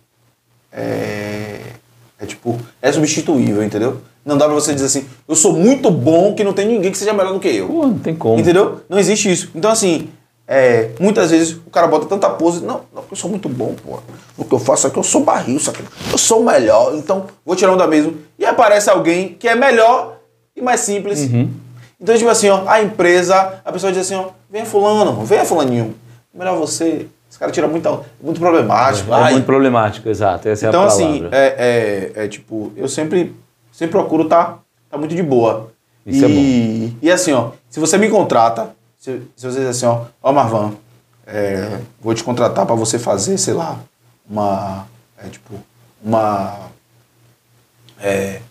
é, é tipo, é substituível, entendeu? Não dá pra você dizer assim, eu sou muito bom que não tem ninguém que seja melhor do que eu. Pô, não tem como. Entendeu? Não existe isso. Então assim, é, muitas vezes o cara bota tanta pose, não, não, eu sou muito bom, pô. O que eu faço aqui, eu sou barril, isso aqui, eu sou o melhor, então vou tirar um da mesma. E aparece alguém que é melhor e mais simples. Uhum. Então, tipo assim, ó, a empresa, a pessoa diz assim, ó, venha fulano, venha fulaninho. Melhor você. Esse cara tira muito, muito problemático. É, é muito problemático, exato. Essa então, é a assim, palavra. é, é, é tipo, eu sempre, sempre procuro tá, tá muito de boa. Isso e, é bom. E assim, ó, se você me contrata, se, se você diz assim, ó, ó Marvan, é, vou te contratar pra você fazer, sei lá, uma, é, tipo, uma, é,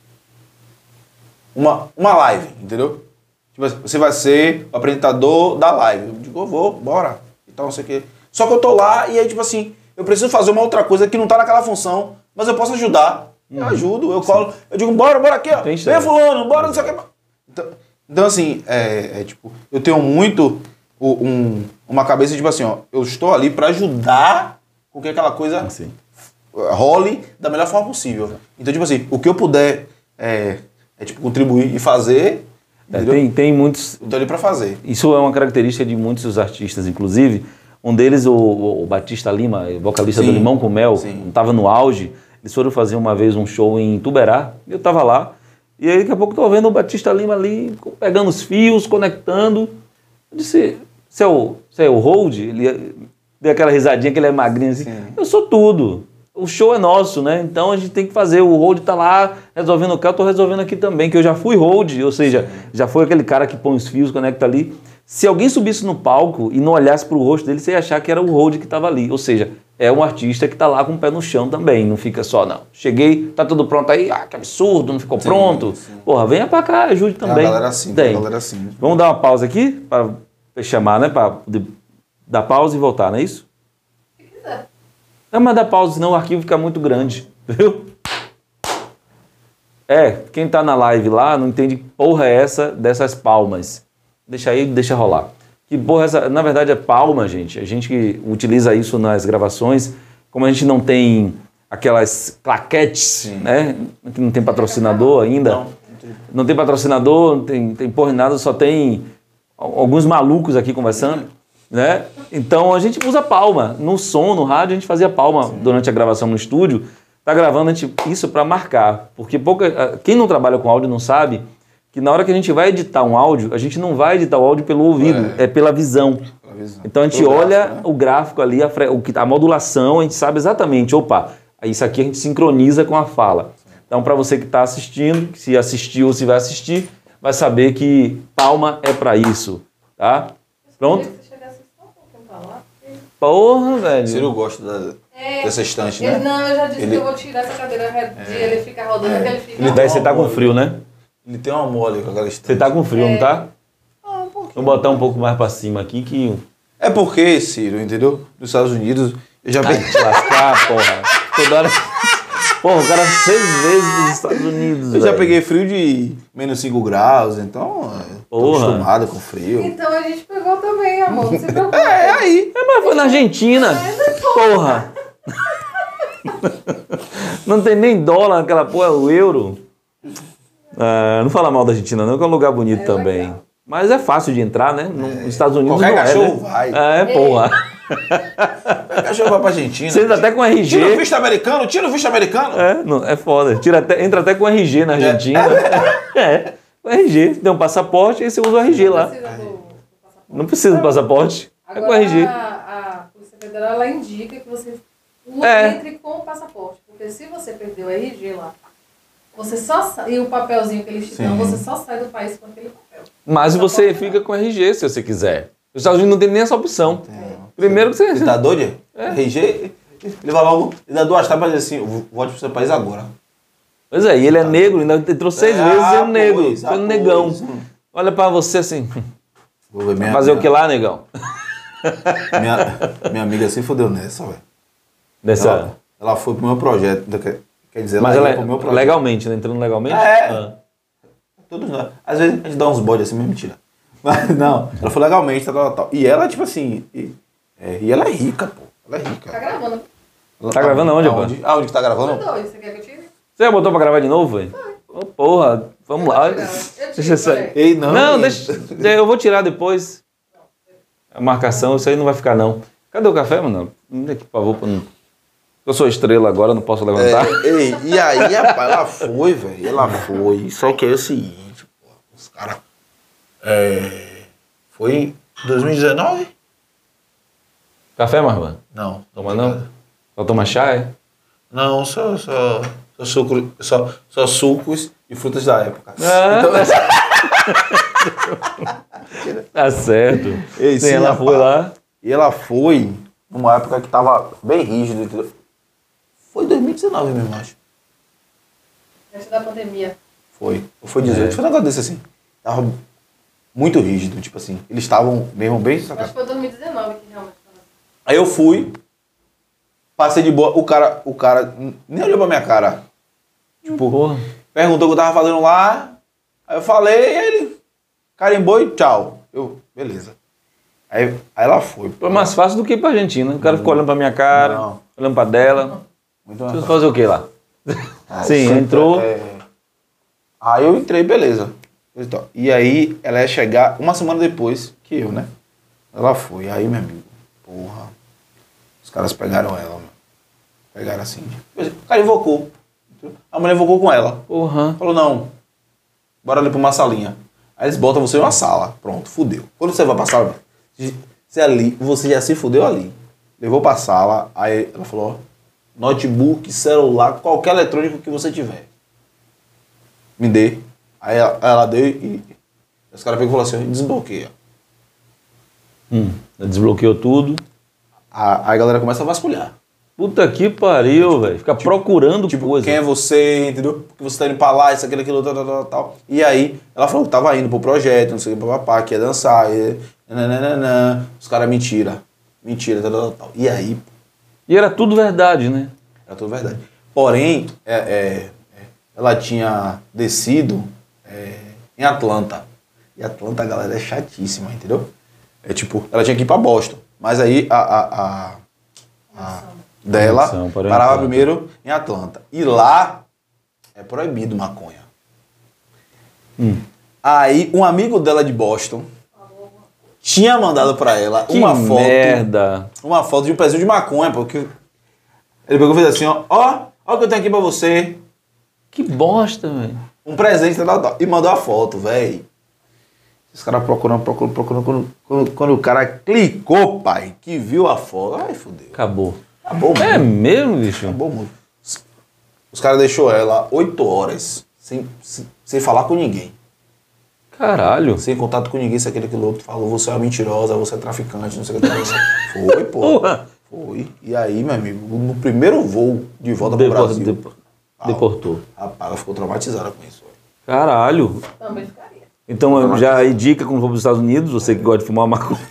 uma, uma live, entendeu? Tipo, você vai ser o apresentador da live. Eu digo, eu vou, bora. Então, não sei o quê. Só que eu tô lá e aí, tipo assim, eu preciso fazer uma outra coisa que não tá naquela função, mas eu posso ajudar. Eu uhum. ajudo, eu colo, eu digo, bora, bora aqui, ó. Vem fulano, bora, não sei o que. Então, então assim, é, é tipo, eu tenho muito um, uma cabeça, tipo assim, ó, eu estou ali pra ajudar com que aquela coisa assim. role da melhor forma possível. Então, tipo assim, o que eu puder é, é tipo, contribuir e fazer... É, tem, tem muitos... Estou ali para fazer. Isso é uma característica de muitos dos artistas, inclusive. Um deles, o, o Batista Lima, vocalista Sim. do Limão com Mel, estava no auge. Eles foram fazer uma vez um show em Tuberá, eu estava lá. E aí, daqui a pouco, estou vendo o Batista Lima ali, pegando os fios, conectando. Eu disse, você é o, você é o Hold? Ele deu aquela risadinha, que ele é magrinho assim. Sim. Eu sou tudo. O show é nosso, né? Então a gente tem que fazer. O hold tá lá resolvendo o que eu tô resolvendo aqui também, que eu já fui hold, ou seja, já foi aquele cara que põe os fios, conecta ali. Se alguém subisse no palco e não olhasse pro rosto dele, você ia achar que era o hold que tava ali. Ou seja, é um artista que tá lá com o pé no chão também, não fica só, não. Cheguei, tá tudo pronto aí, ah, que absurdo, não ficou sim, pronto. Sim. Porra, venha pra cá, ajude também. Tem a galera assim, tem a galera assim. Vamos dar uma pausa aqui, para chamar, né? Pra dar pausa e voltar, não é isso? Não, mas dá pausa, senão o arquivo fica muito grande, viu? É, quem tá na live lá não entende que porra é essa dessas palmas. Deixa aí, deixa rolar. Que porra é essa? Na verdade é palma, gente. A gente utiliza isso nas gravações. Como a gente não tem aquelas claquetes, Sim. né? Que não tem patrocinador ainda. Não, não tem patrocinador, não tem, tem porra nada, só tem alguns malucos aqui conversando. Né? Então a gente usa palma. No som, no rádio, a gente fazia palma Sim. durante a gravação no estúdio. Tá gravando a gente, isso para marcar. Porque pouca, quem não trabalha com áudio não sabe que na hora que a gente vai editar um áudio, a gente não vai editar o áudio pelo ouvido, é, é pela visão. Pela visão. Então a gente pelo olha gráfico, né? o gráfico ali, a, a modulação, a gente sabe exatamente, opa, isso aqui a gente sincroniza com a fala. Então para você que está assistindo, se assistiu ou se vai assistir, vai saber que palma é para isso. Tá? Pronto? Porra, velho. Ciro gosta da, é, dessa estante, né? Ele, não, eu já disse ele, que eu vou tirar essa cadeira de é, ele fica rodando, é, que ele fica... Ele daí você tá com frio, né? Ele tem uma mole com aquela estante. Você tá com frio, é. não tá? Ah, um pouquinho. Vou botar um pouco mais pra cima aqui que... É porque, Ciro, entendeu? Nos Estados Unidos, eu já... Ai, te lascar, porra. Toda hora... Porra, o cara seis vezes nos Estados Unidos, Eu véio. já peguei frio de menos cinco graus, então... Tô acostumado com frio. Então a gente pegou também, amor. Não se preocupe. É, aí. É, mas foi na Argentina. Porra. Não tem nem dólar naquela porra, é o euro. Ah, não fala mal da Argentina não, que é um lugar bonito é também. Legal. Mas é fácil de entrar, né? Nos é. Estados Unidos Qualquer não cachorro é, né? vai. É, porra. Qualquer cachorro vai pra Argentina. Você entra até com R G. Tira o visto americano, tira o visto americano. É, não, é foda. Tira até, entra até com R G na Argentina. É. é. O R G. Tem um passaporte e você usa o R G não lá. Precisa do, do não precisa do passaporte. Agora, é com o R G. A, a Polícia Federal ela indica que você é. entre com o passaporte. Porque se você perdeu o R G lá, você só sai, e o papelzinho que eles te dão, você só sai do país com aquele papel. Mas você fica com o R G se você quiser. Os Estados Unidos não tem nem essa opção. É. Primeiro que você... Você tá doido? É. R G, ele vai logo, ele dá duas tapas e diz assim, volte pro seu país agora. Pois é, e ele é negro, ainda entrou seis É, vezes e é ah, um negro. pois, Foi um ah, negão. pois. Olha pra você assim. Vou ver minha, Fazer minha, o que lá, negão? Minha, minha amiga se fodeu nessa, velho. Dessa... Ela, ela foi pro meu projeto. Quer, quer dizer, Mas ela ela ia pro meu é projeto. legalmente, né? Entrando legalmente? É. Ah. Todos nós. Às vezes a gente dá uns bodes assim, mesmo mentira. Mas não, ela foi legalmente, tal, tal, tal. E ela, tipo assim. E, é, e ela é rica, pô. Ela é rica. Tá gravando. Ela, Tá gravando aonde, aonde? pô? Aonde que tá gravando? Tá doido, você quer que eu tire? Você já botou pra gravar de novo, velho? Ô, porra, vamos Eu lá. vou tirar. Eu tiro, Deixa eu sair. peraí. Ei, não. Não, menino. deixa. Eu vou tirar depois. A marcação, isso aí não vai ficar, não. Cadê o café, mano? Me dê aqui, por favor. Pra não... Eu sou estrela agora, não posso levantar. É, ei, e aí, rapaz, ela foi, velho. Ela foi. Só que é o seguinte, pô. Os caras. É. Foi em dois mil e dezenove? Café, Marvan? Não. Toma não? Só toma chá, é? Não, só, só, só, suco, só, só sucos e frutas da época. Ah, Então, tá certo. Ei, Sim, sim, ela rapaz. foi lá. e ela foi numa época que tava bem rígido, entendeu? Foi dois mil e dezenove mesmo, acho. Antes da pandemia. Foi. Ou foi dezoito. É. Foi um negócio desse assim. Tava muito rígido, tipo assim. Eles estavam mesmo bem Acho que sacados. foi dois mil e dezenove que realmente tava. Aí eu fui, passei de boa. O cara, o cara nem olhou pra minha cara. Tipo, Porra. perguntou o que eu tava fazendo lá. Aí eu falei, aí ele carimbou e tchau. Eu, beleza. Aí, aí ela foi. Foi mais fácil do que ir pra Argentina. O cara ficou olhando pra minha cara, Não. olhando pra dela. Muito mais Você fácil. fazer o que lá? Ah, Sim, sempre, entrou. é. Aí eu entrei, beleza. E aí ela ia chegar uma semana depois que eu, né? Ela foi. Aí, meu amigo, porra. Os caras pegaram ela, mano. Pegaram assim. O cara invocou. A mulher invocou com ela. Porra. Falou, não. Bora ali pra uma salinha. Aí eles botam você em uma sala. Pronto, fudeu. Quando você vai pra sala, você ali, você já se fudeu ali. Levou pra sala, aí ela falou, ó, notebook, celular, qualquer eletrônico que você tiver. Me dê. Aí ela, ela deu e os caras pegou e falaram assim, desbloqueia. Hum, desbloqueou tudo. A- Aí a galera começa a vasculhar. Puta que pariu, velho. Fica procurando Tipo, coisa. quem é você, entendeu? Porque você tá indo pra lá, isso, aquilo, aquilo, tal, tal, tal, tal. E aí, ela falou que tava indo pro projeto, não sei o que, papapá, que ia dançar, e... nananana. Os caras, mentira. Mentira, tal, tal, tal. E aí, E era tudo verdade, né? era tudo verdade. Porém, é, é, é, ela tinha descido é, em Atlanta. E Atlanta, a galera, é chatíssima, entendeu? É tipo, ela tinha que ir pra Boston. Mas aí, a... a, a, a dela Conexão para parava Atlanta. primeiro em Atlanta. E lá é proibido maconha. Hum. Aí um amigo dela de Boston tinha mandado pra ela Que uma foto, merda. uma foto de um pezinho de maconha, porque ele pegou e fez assim, ó, ó, ó o que eu tenho aqui pra você, Que bosta, velho. um presente, tal, tal, tal. E mandou a foto, velho. Os caras procurando, procurando, procurando, quando, quando, quando o cara clicou, pai, que viu a foto, ai, fodeu. Acabou. Acabou É muito. mesmo, bicho? Acabou muito. Os, os caras deixou ela oito horas sem, sem, sem falar com ninguém. Caralho. Sem contato com ninguém, se aquele aquele outro falou, você é uma mentirosa, você é traficante, não sei o que. Foi, pô. Porra. Foi. E aí, meu amigo, no primeiro voo de volta Depor- pro Brasil. depor- Deportou. Rapaz, ela ficou traumatizada com isso. velho. Caralho. Também ficaria. Então, já aí dica quando for para os Estados Unidos, você que gosta de fumar maconha.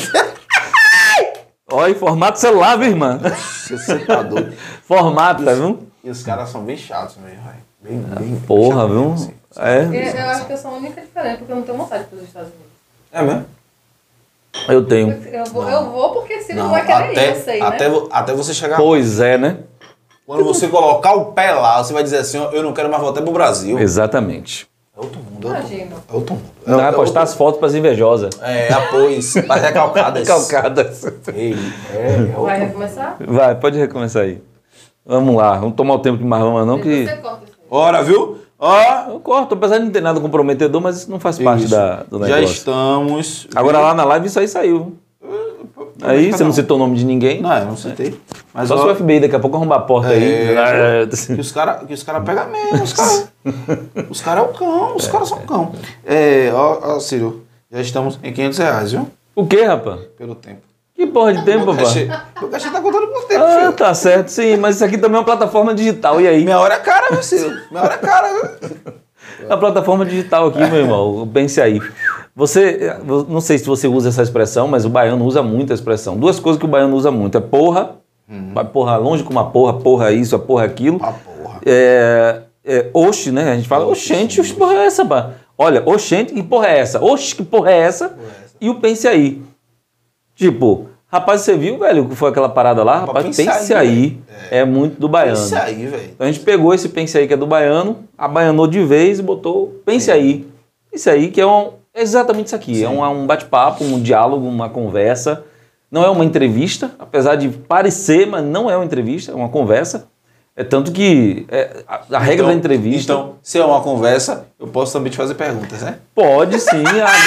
Olha, formato celular, viu, irmã? Você tá doido. Formata, viu? E os caras são bem chatos mesmo, velho. Bem, bem, Porra, chato viu? mesmo, assim. É. Eu, eu acho que eu sou a única diferente, porque eu não tenho vontade para os Estados Unidos. É mesmo? Eu tenho. Eu vou, eu vou porque se não, Não, vai querer até, ir, eu sei, até, né? vo- até você chegar lá. Pois é, né? Quando você colocar o pé lá, você vai dizer assim, ó, eu não quero mais voltar pro Brasil. Exatamente. É outro mundo, é outro mundo. Imagina. É outro mundo. É, Não vai é postar as outro- fotos para as invejosas. É, após, mas recalcadas. Calcadas. Ei, é, é outro Vai mundo. recomeçar? Vai, pode recomeçar aí. Vamos lá, vamos tomar o tempo de Marvama não, que... Você corta isso aí. Ora, viu? Ó, Eu corto, apesar de não ter nada comprometedor, mas isso não faz parte isso. da, do Já negócio. estamos... Agora lá na live isso aí saiu. Aí você não citou o nome de ninguém. Não, eu não citei. Mas Só ó, se o F B I daqui a pouco arrombar a porta aí. É, que os caras cara pegam mesmo, os caras os cara é o cão, os caras são cão. É, ó, ó, Ciro, já estamos em quinhentos reais, viu? O quê, rapaz? Pelo tempo. Que porra de tempo, Meu rapaz? cachê, meu cachê tá contando por tempo, Ah, filho. tá certo, sim, mas isso aqui também é uma plataforma digital, e aí? Minha hora é cara, meu filho. Minha hora é cara, viu? A plataforma digital aqui, meu irmão, pense aí. Você, não sei se você usa essa expressão, mas o baiano usa muito a expressão. Duas coisas que o baiano usa muito, é porra, Uhum. vai porra longe com uma porra, porra isso, a porra aquilo. Ah, porra. É, é, oxe, né? A gente fala, Oxe, oxente, sim, oxe, que porra é essa, pá? Olha, oxente, que porra é essa? Oxe, que porra é essa? Porra é essa? E o pense aí. Tipo, rapaz, você viu, velho, que foi aquela parada lá? Rapaz, pense pense aí, aí, é. muito do baiano. Isso aí, velho. Então a gente pegou esse pense aí que é do baiano, abaianou de vez e botou pense Sim. aí. Isso aí que é um, exatamente isso aqui. Sim. É um, um bate-papo, um diálogo, uma conversa. Não é uma entrevista, apesar de parecer, mas não é uma entrevista, é uma conversa. É tanto que é, a, a regra Então- da entrevista Então, se é uma conversa, eu posso também te fazer perguntas, né? pode sim,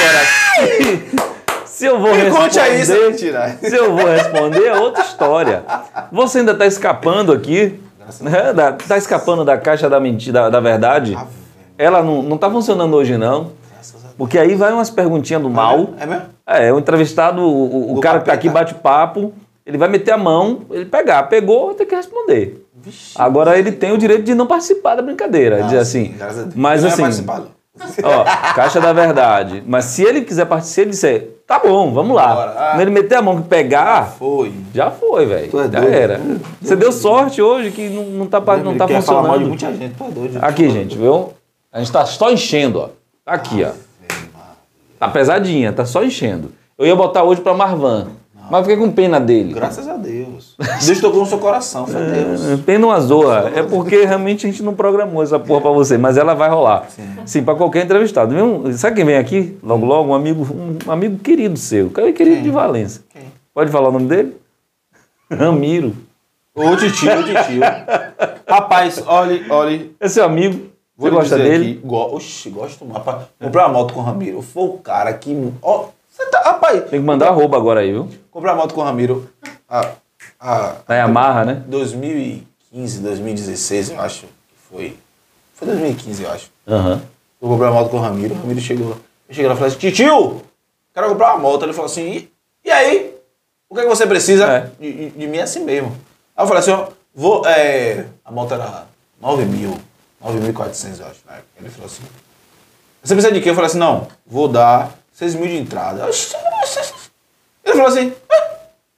agora se eu vou Me responder, conte aí, se mentira. se eu vou responder é outra história. Você ainda está escapando aqui, né? Da- tá escapando da caixa da mentira, da, da verdade. Ave. Ela não, não tá funcionando hoje não, Graças a Deus. porque aí vai umas perguntinhas do mal. É mesmo? É, o entrevistado, o, o Do cara que tá aqui capeta. bate papo, ele vai meter a mão, ele pegar, pegou, tem que responder. Vixe. Agora ele tem o direito de não participar da brincadeira, Ah, dizer sim, assim. graças a Deus. Mas Não é assim, participar, não. ó, caixa da verdade. Mas se ele quiser participar, ele disser, tá bom, vamos lá. Bora. Ah. Quando ele meter a mão que pegar, Foi. já foi, velho. Tu é Já doido. era. Você deu sorte hoje que não, não tá, pa- não Ele tá quer falar mal de funcionando. muita gente, tu é doido. Aqui, gente, viu? A gente tá só enchendo, ó. Tá aqui, ó. Tá pesadinha, tá só enchendo. Eu ia botar hoje pra Marvan, mas eu fiquei com pena dele. Graças a Deus. Deus tocou no seu coração, foi Deus. Pena uma zorra. É porque realmente a gente não programou essa porra pra você, mas ela vai rolar. Sim, pra qualquer entrevistado. Viu? Sabe quem vem aqui? Logo, logo, um amigo, um amigo querido seu. Cara querido de Valença. Quem? Pode falar o nome dele? Ramiro. Ô, titio, ô, titio. Rapaz, olhe, olhe. É seu amigo. Vou Você lhe gosta dizer dele? Aqui, go, oxi, gosto muito. Rapaz, comprar uma moto com o Ramiro. Foi o cara que... Ó, você tá... Rapaz, Tem que mandar arroba agora aí, viu? comprar uma moto com o Ramiro. A, a, Na Yamaha, né? dois mil e quinze, dois mil e dezesseis, eu acho que foi. Foi dois mil e quinze, eu acho. Aham. Eu comprar uma moto com o Ramiro. O Ramiro chegou lá. Eu cheguei lá e falei assim, titio, quero comprar uma moto. Ele falou assim, e, e aí? O que, é que você precisa? É. De, de, de mim é assim mesmo. Aí eu falei assim, ó, vou... É, a moto era nove mil, nove mil e quatrocentos, eu acho, na época. Ele falou assim, você precisa de quê? Eu falei assim, não, vou dar seis mil de entrada. Ele falou assim, ah,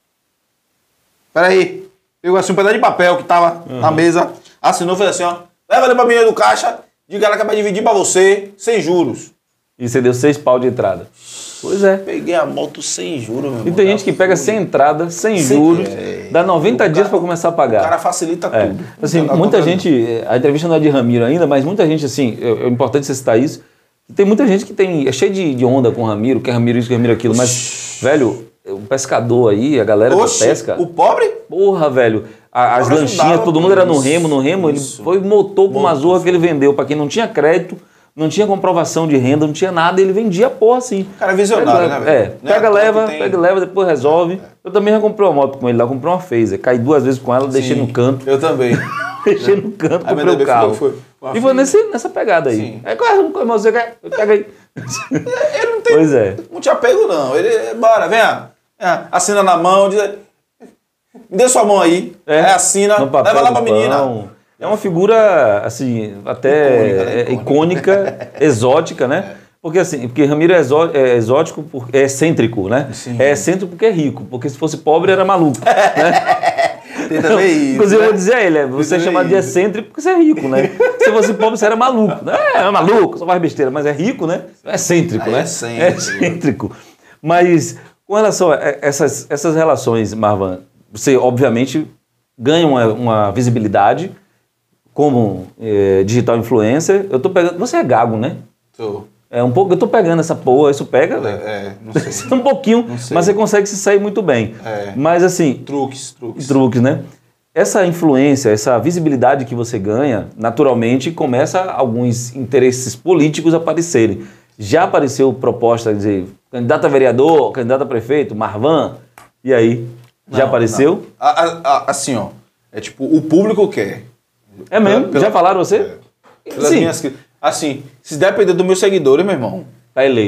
peraí. Pegou assim um pedaço de papel que tava na mesa, assinou e fez assim, ó, leva ali pra menina do caixa, diga ela que vai dividir pra você, sem juros. E você deu seis pau de entrada. Pois é. Peguei a moto sem juros, meu irmão. E tem gente que pega sem entrada, sem Sem- juros, é. dá noventa O dias cara- pra começar a pagar. O cara facilita É. tudo. Assim, Não tá muita comprando. gente, a entrevista não é de Ramiro ainda, mas muita gente, assim, é, é importante você citar isso, tem muita gente que tem, é cheio de, de onda com o Ramiro, que é Ramiro isso, que é Ramiro aquilo, mas, velho, o pescador aí, a galera Oxi, da pesca, o pobre? porra, velho, a- as Agora lanchinhas, ajudava todo mundo era no isso, remo, no remo, isso. ele foi motor pra uma Motor, zorra que ele vendeu, pra quem não tinha crédito, não tinha comprovação de renda, não tinha nada, ele vendia a porra assim. O cara é visionário, Pega- né, velho? É, Não é pega, à toa leva, que tem- pega, leva, depois resolve. Eu também já comprei uma moto com ele lá, comprei uma Phaser, caí duas vezes com ela, deixei Sim, no canto. Eu também. Deixei no canto, Aí comprei meu o bebê carro. foi- foi uma e foi filha. nesse, nessa pegada aí. Sim. Aí, corre, não corre, você quer? Pega aí. Ele não tem Pois é. não te apego, não. Ele, bora, vem, ó. Vem, assina na mão, diz, me dê sua mão aí. É, Aí assina, no papel leva lá do pra menina. pão. É uma figura, assim, até Icônica, né? é, icônica, exótica, né? Porque assim, porque Ramiro é, exó- é exótico, porque é excêntrico, né? Sim. É excêntrico porque é rico, porque se fosse pobre era maluco, né? Tem também isso. Inclusive, né? eu vou dizer a ele, é, você é também chamado de isso. excêntrico porque você é rico, né? Se fosse pobre, você era maluco. Né? É maluco, só faz besteira, mas é rico, né? É excêntrico, Aí né? é excêntrico. É excêntrico. Mas, com relação a essas, essas relações, Marvan, você, obviamente, ganha uma, uma visibilidade como eh, digital influencer. Eu tô pegando... Você é gago, né? Tô. É um pouco... Eu tô pegando essa porra, isso pega, velho. É, não sei. Um pouquinho, Não sei. mas você consegue se sair muito bem. É. Mas, assim, Truques, truques. truques, né? Essa influência, essa visibilidade que você ganha, naturalmente começa alguns interesses políticos a aparecerem. Já apareceu proposta de dizer candidato a vereador, candidato a prefeito, Marvan, e aí? Já Não, apareceu? não. A- a- a- assim, ó. É tipo, o público quer. É mesmo? Pela- Já falaram você? É. Pelas Sim, minhas, assim, se depender dos meus seguidores, meu irmão, tá eleito.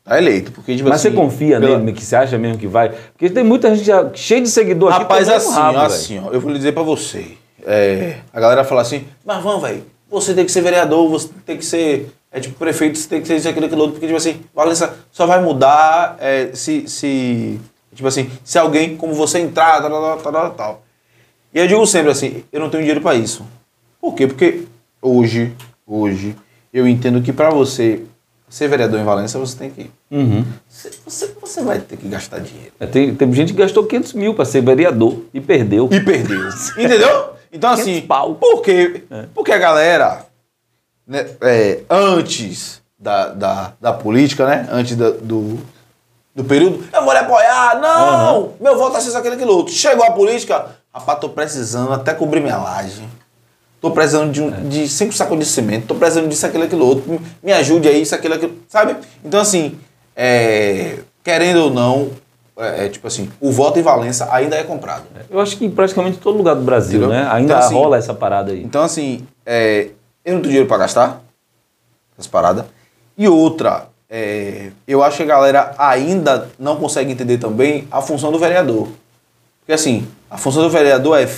Tá eleito. Porque, tipo, Mas assim, você confia pela... nele, que você acha mesmo que vai? Porque tem muita gente já, cheia de seguidor aqui. Rapaz, assim, rabo, ó, assim, ó, eu vou lhe dizer pra você. É, a galera fala assim, mas vamos, velho, você tem que ser vereador, você tem que ser, é tipo, prefeito, você tem que ser isso, aquilo, aquilo outro, porque, tipo assim, Valença só vai mudar é, se, se, tipo assim, se alguém como você entrar, tal, tal, tal, tal, tal. E eu digo sempre assim, eu não tenho dinheiro pra isso. Por quê? Porque hoje, hoje, eu entendo que pra você ser vereador em Valença, você tem que... Uhum. Você, você, você vai ter que gastar dinheiro. É, tem, tem gente que gastou quinhentos mil para ser vereador e perdeu. E perdeu. Entendeu? Então, assim, pau. por quê? É. Porque a galera, né, é, antes da, da, da política, né? Antes da, do, do período, eu vou lhe apoiar. Não! Uhum. Meu voto é ser aquele, aquele outro. Chegou a política, rapaz, tô precisando até cobrir minha laje. Tô precisando de, um, é. de cinco sacos de cimento. Tô precisando disso, aquilo, aquilo outro. Me ajude aí, isso, aquilo, aquilo. Sabe? Então, assim, é, querendo ou não, é, é tipo assim, o voto em Valença ainda é comprado. Eu acho que em praticamente todo lugar do Brasil, entendeu? né? Ainda então, assim, rola essa parada aí. Então, assim, é, eu não tenho dinheiro pra gastar essas paradas. E outra, é, eu acho que a galera ainda não consegue entender também a função do vereador. Porque, assim, a função do vereador é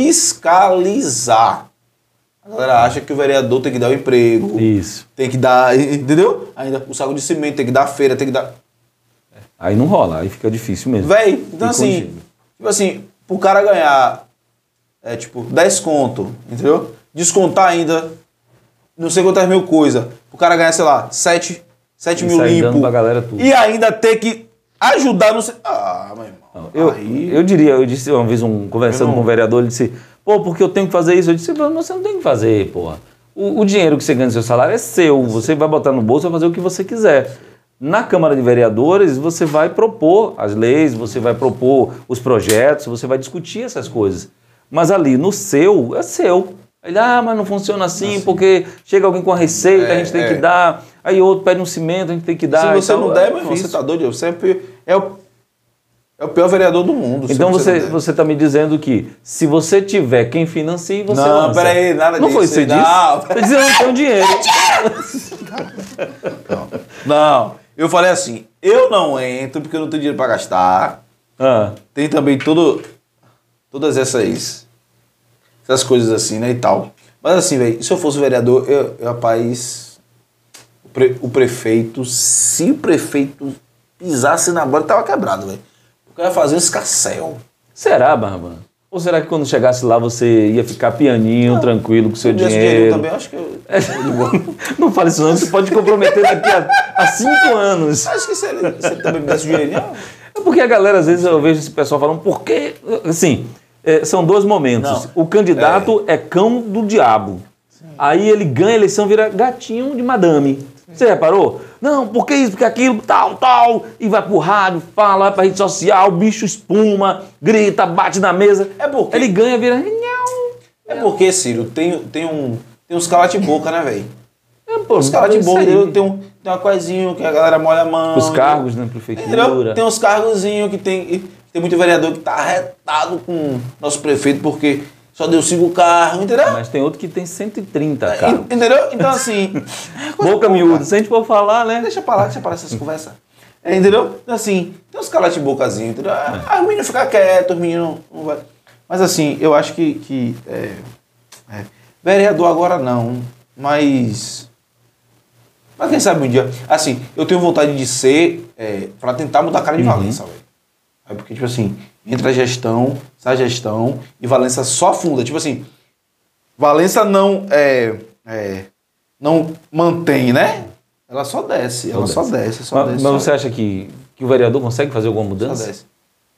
fiscalizar. A galera acha que o vereador tem que dar o emprego. Isso. Tem que dar, entendeu? Ainda o saco de cimento, tem que dar a feira, tem que dar... Aí não rola, aí fica difícil mesmo. Véi, então E assim, contigo. tipo assim, pro cara ganhar, é tipo, dez conto, entendeu? Descontar ainda, não sei quantas mil coisas, pro cara ganhar, sei lá, sete, sete mil limpo. Pra galera tudo. E ainda ter que ajudar no... Ah, meu irmão. Não, eu, aí... eu diria, eu disse uma vez, um, conversando não... com um vereador, ele disse, pô, porque eu tenho que fazer isso? Eu disse, você não tem que fazer, porra. O, o dinheiro que você ganha do seu salário é seu, você vai botar no bolso, vai fazer o que você quiser. Na Câmara de Vereadores, você vai propor as leis, você vai propor os projetos, você vai discutir essas coisas. Mas ali, no seu, é seu. Ele, ah, mas não funciona assim, assim. Porque chega alguém com a receita, é, a gente tem é. que dar, aí outro pede um cimento, a gente tem que dar. Se você então, não der, é meu irmão, você tá doido, você é o, é o pior vereador do mundo. Então você você está me dizendo que se você tiver quem financie, você não, lança. Não, peraí, nada não disso. Não foi isso que você disse? Estou dizendo que não tem dinheiro. não, não. Eu falei assim, eu não entro porque eu não tenho dinheiro para gastar. Ah. Tem também todo, todas essas, essas coisas assim, né, e tal. Mas assim, velho, se eu fosse vereador, eu, eu rapaz, o, pre, o prefeito, se o prefeito pisasse na bola, ele tava quebrado, velho. O cara ia fazer um escarcéu. Será, Barba? Ou será que quando chegasse lá você ia ficar pianinho, não, tranquilo com o seu dinheiro? Também, acho que eu... Não fale isso não, você pode comprometer daqui a, a cinco anos. Acho que se ele, se ele também me desse dinheirinho... É porque a galera, às vezes, eu vejo esse pessoal falando, por quê? Assim, é, são dois momentos. Não, o candidato é... é cão do diabo. Sim. Aí ele ganha a eleição, vira gatinho de madame. Sim. Você reparou? Não, porque isso, porque aquilo, tal, tal. E vai pro rádio, fala, vai pra rede social, o bicho espuma, grita, bate na mesa. É porque... Ele ganha, vira... É porque, Ciro, tem, tem, um, tem uns cala-de-boca, né, velho? É, pô, os cala-de-boca, tem, um, tem uma coisinha que a galera molha a mão. Os cargos na prefeitura. Entendeu? Tem uns cargozinhos que tem... Tem muito vereador que tá arretado com nosso prefeito porque só deu cinco carros, entendeu? Mas tem outro que tem cento e trinta carros. Entendeu? Então, assim... Boca miúda, se a gente for falar, né? Deixa pra lá, deixa pra lá essas conversas. É, entendeu? Então, assim, tem uns cala-de-bocazinhos, entendeu? Ah, é. Os meninos ficam quietos, os meninos não vai... Mas, assim, eu acho que... que é, é, vereador agora não, mas... Mas quem sabe um dia... Assim, eu tenho vontade de ser... É, pra tentar mudar a cara de Valença, velho. É porque, tipo assim, entra a gestão, sai a gestão e Valença só afunda. Tipo assim, Valença não é, é, não mantém, né? Ela só desce, ela só desce, só mas, desce. Mas só você acha que, que o vereador consegue fazer alguma mudança? Só desce.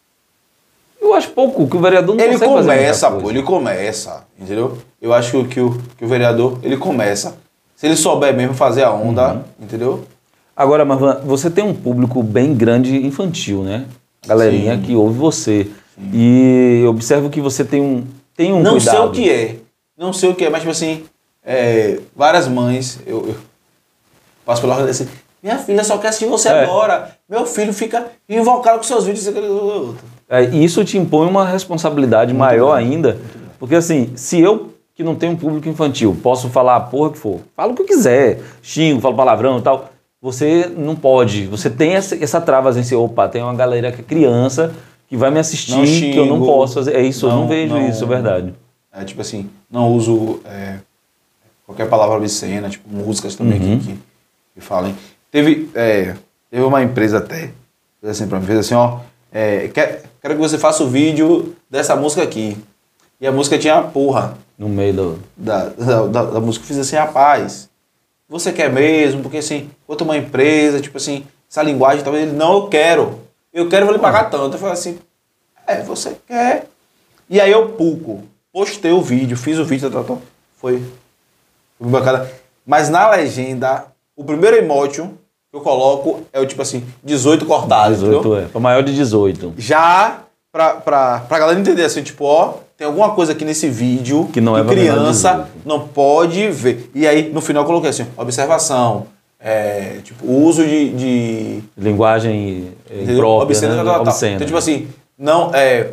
Eu acho pouco, que o vereador não ele consegue começa, fazer muita pô, coisa. ele começa, entendeu? Eu acho que, que, o, que o vereador, ele começa. Se ele souber mesmo fazer a onda, uhum. entendeu? Agora, Marvan, você tem um público bem grande infantil, né? Galerinha Sim. que ouve você. Sim. E eu observo que você tem um, tem um não cuidado. Não sei o que é. Não sei o que é, mas tipo assim, é, várias mães, eu, eu passo pela hora assim, minha filha só quer assistir você é. agora. Meu filho fica invocado com seus vídeos. É, e isso te impõe uma responsabilidade Muito maior bem. ainda. Porque assim, se eu, que não tenho um público infantil, posso falar a porra que for, falo o que eu quiser, xingo, falo palavrão e tal... você não pode. Você tem essa, essa trava, assim, opa, tem uma galera que é criança que vai me assistir, Não xingo, que eu não posso fazer. É isso, eu não- não vejo não- isso, é verdade. É tipo assim, não uso é, qualquer palavra obscena, tipo músicas também Uhum. que, que, que falem. Teve, é, teve uma empresa até, fez assim pra mim, fez assim, ó, é, quer, quero que você faça o vídeo dessa música aqui. E a música tinha a porra No meio do... da, da, da, da música. Eu fiz assim, rapaz, você quer mesmo? Porque assim, outra uma empresa, tipo assim, essa linguagem, talvez ele, não, eu quero. Eu quero, vou lhe pagar tanto. Eu falei assim, é, você quer. E aí eu puco, postei o vídeo, fiz o vídeo, tá, tá, tá, foi, foi bacana. Mas na legenda, o primeiro emotion que eu coloco é o tipo assim, dezoito cortado, dezoito, entendeu? é. Para maior de dezoito. Já pra, pra, pra galera entender assim, tipo, ó, tem alguma coisa aqui nesse vídeo Que não é pra menor de criança dezoito. não pode ver. E aí, no final, eu coloquei assim, observação, é, tipo, uso de... de Linguagem é, entendeu? imprópria, Obscena, né? tal, tal, tal. Obscena. Então, tipo assim, não é,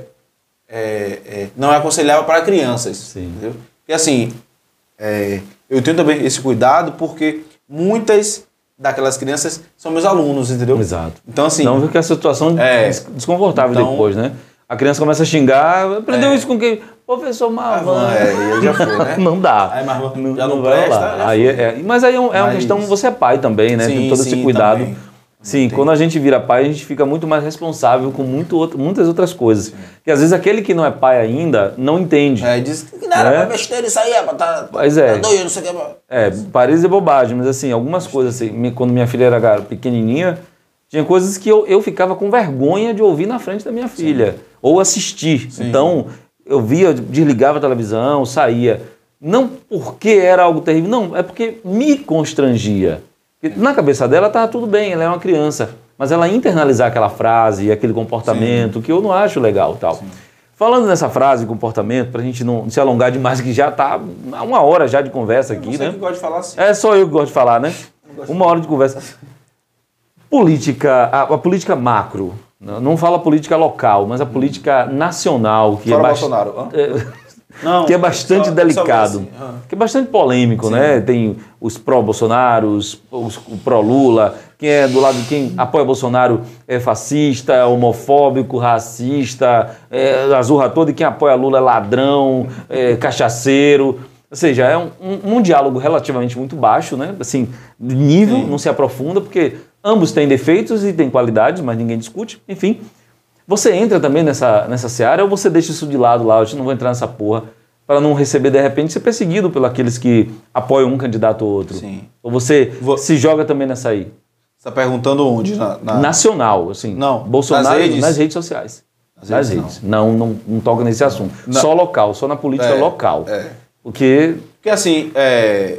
é, é, não é aconselhável para crianças. Sim. Entendeu? Porque assim, é, eu tenho também esse cuidado porque muitas daquelas crianças são meus alunos, entendeu? Exato. Então, assim... Não fica a situação É. des- desconfortável Então- depois, né? A criança começa a xingar, aprendeu É. isso com quem? Professor Marvan. Ah, é, e aí já foi, né? Não dá. Aí Marvan não, já não vai presta, rolar. já Aí foi. é, mas aí é, um- é uma Mas- questão, você é pai também, né? Sim, Tem todo sim, esse cuidado. também. Sim, Tem. quando a gente vira pai, a gente fica muito mais responsável com muito outro, muitas outras coisas. Porque às vezes aquele que não é pai ainda não entende. É, diz que não era É. pra besteira isso aí, é pra tá, Pois é. tá doido, não sei o que. pra- É, parece bobagem, mas assim, algumas coisas, assim, mi- quando minha filha era gar- pequenininha, tinha coisas que eu, eu ficava com vergonha de ouvir na frente da minha filha, ou assistir. Sim. Então, eu via, desligava a televisão, saía. Não porque era algo terrível, não, é porque me constrangia. Porque na cabeça dela estava tudo bem, ela é uma criança, mas ela internalizar aquela frase, aquele comportamento, que eu não acho legal tal. Falando nessa frase, comportamento, para a gente não se alongar demais, que já está uma hora já de conversa aqui, Você né? que gosta de falar assim. É só eu que gosto de falar, né? Uma hora de conversa. Política, a, a política macro, não não fala política local, mas a política nacional, que Fora é bast- Bolsonaro. hã? é, Não, que é bastante só- delicado, só assim, hã. que é bastante polêmico, né? Tem os pró-Bolsonaro, os, os o pró-Lula, quem é do lado de quem apoia Bolsonaro é fascista, é homofóbico, racista, é azurra toda, e quem apoia Lula é ladrão, é cachaceiro. Ou seja, é um, um, um diálogo relativamente muito baixo, né? Assim, de nível, Sim. não se aprofunda, porque ambos têm defeitos e têm qualidades, mas ninguém discute, enfim. Você entra também nessa, nessa seara ou você deixa isso de lado lá, eu não vou entrar nessa porra, para não receber, de repente, ser perseguido pelos aqueles que apoiam um candidato ou outro? Sim. Ou você Vou- se joga também nessa aí? Você tá perguntando onde? Na, na- Nacional, assim. Não, Bolsonaro nas redes? nas redes sociais. Nas Nas redes, redes. Não, não, não toca nesse assunto. Na- Só local, só na política É, local. é. Porque Porque assim, é,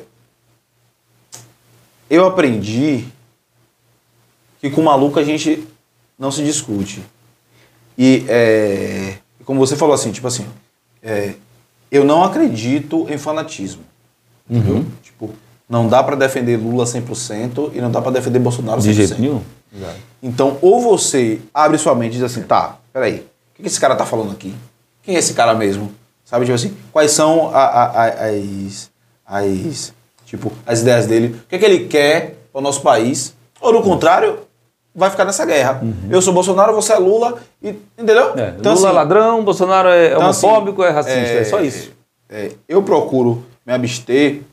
eu aprendi que com maluco a gente não se discute. E é, como você falou assim, tipo assim, é, eu não acredito em fanatismo. Entendeu? Tipo, não dá pra defender Lula cem por cento e não dá pra defender Bolsonaro cem de por cento. jeito nenhum. Então, ou você abre sua mente e diz assim, tá, peraí, o que que esse cara tá falando aqui? Quem é esse cara mesmo? Sabe, tipo assim, quais são a- a- a- as, as, tipo, as ideias dele? O que é que ele quer para o nosso país? Ou, no contrário, vai ficar nessa guerra. Eu sou Bolsonaro, você é Lula, e, entendeu? Uhum. É, Então, Lula é assim, ladrão, Bolsonaro é então, assim, homofóbico, é racista, é, só isso. é, eu procuro me abster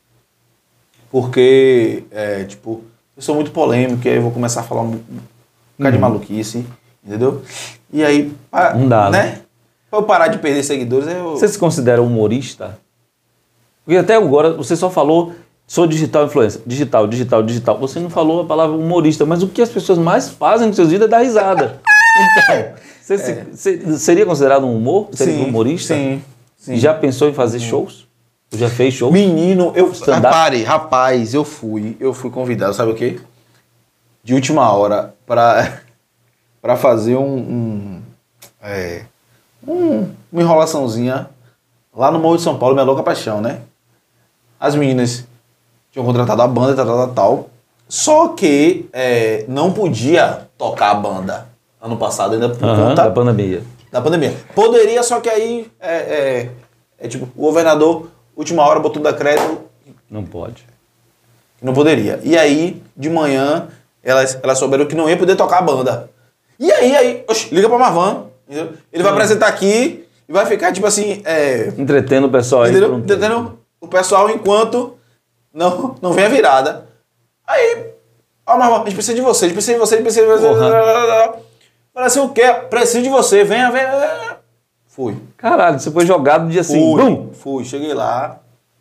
porque, é, tipo, eu sou muito polêmico, e aí eu vou começar a falar um, um bocado de maluquice, entendeu? E aí, pa- Não dá, né? né? Pra eu parar de perder seguidores, eu... Você se considera humorista? Porque até agora você só falou, sou digital influencer. Digital, digital, digital. Você não falou a palavra humorista, mas o que as pessoas mais fazem com seus vídeos é dar risada. Então, você se- se- seria considerado um humor? Seria Sim, humorista? sim, sim. Já pensou em fazer shows? Já fez shows? Menino, eu... Stand-up? Pare, rapaz, eu fui, eu fui convidado, sabe o quê? De última hora, pra, pra fazer um... um, é, um- uma enrolaçãozinha lá no Morro de São Paulo, minha louca paixão, né? As meninas tinham contratado a banda e tal, tal, tal, tal. Só que é, não podia tocar a banda ano passado ainda por Aham, conta da pandemia. da pandemia. Poderia, só que aí é, é, é tipo, o governador, última hora, botou um decreto Não pode. que não poderia. E aí, de manhã, elas, elas souberam que não ia poder tocar a banda. E aí, aí, oxe, liga pra Marvan, entendeu? Ele vai apresentar aqui e vai ficar, tipo assim... É, entretendo o pessoal aí. entendeu? Entretendo o pessoal enquanto não, não vem a virada. Aí, ó, Marvan, a gente precisa de você, a gente precisa de você, a gente precisa de você. Uhum. Falei assim, o quê? Preciso de você, venha, venha. Fui. Caralho, você foi jogado de assim, Fui, bum! fui, cheguei lá.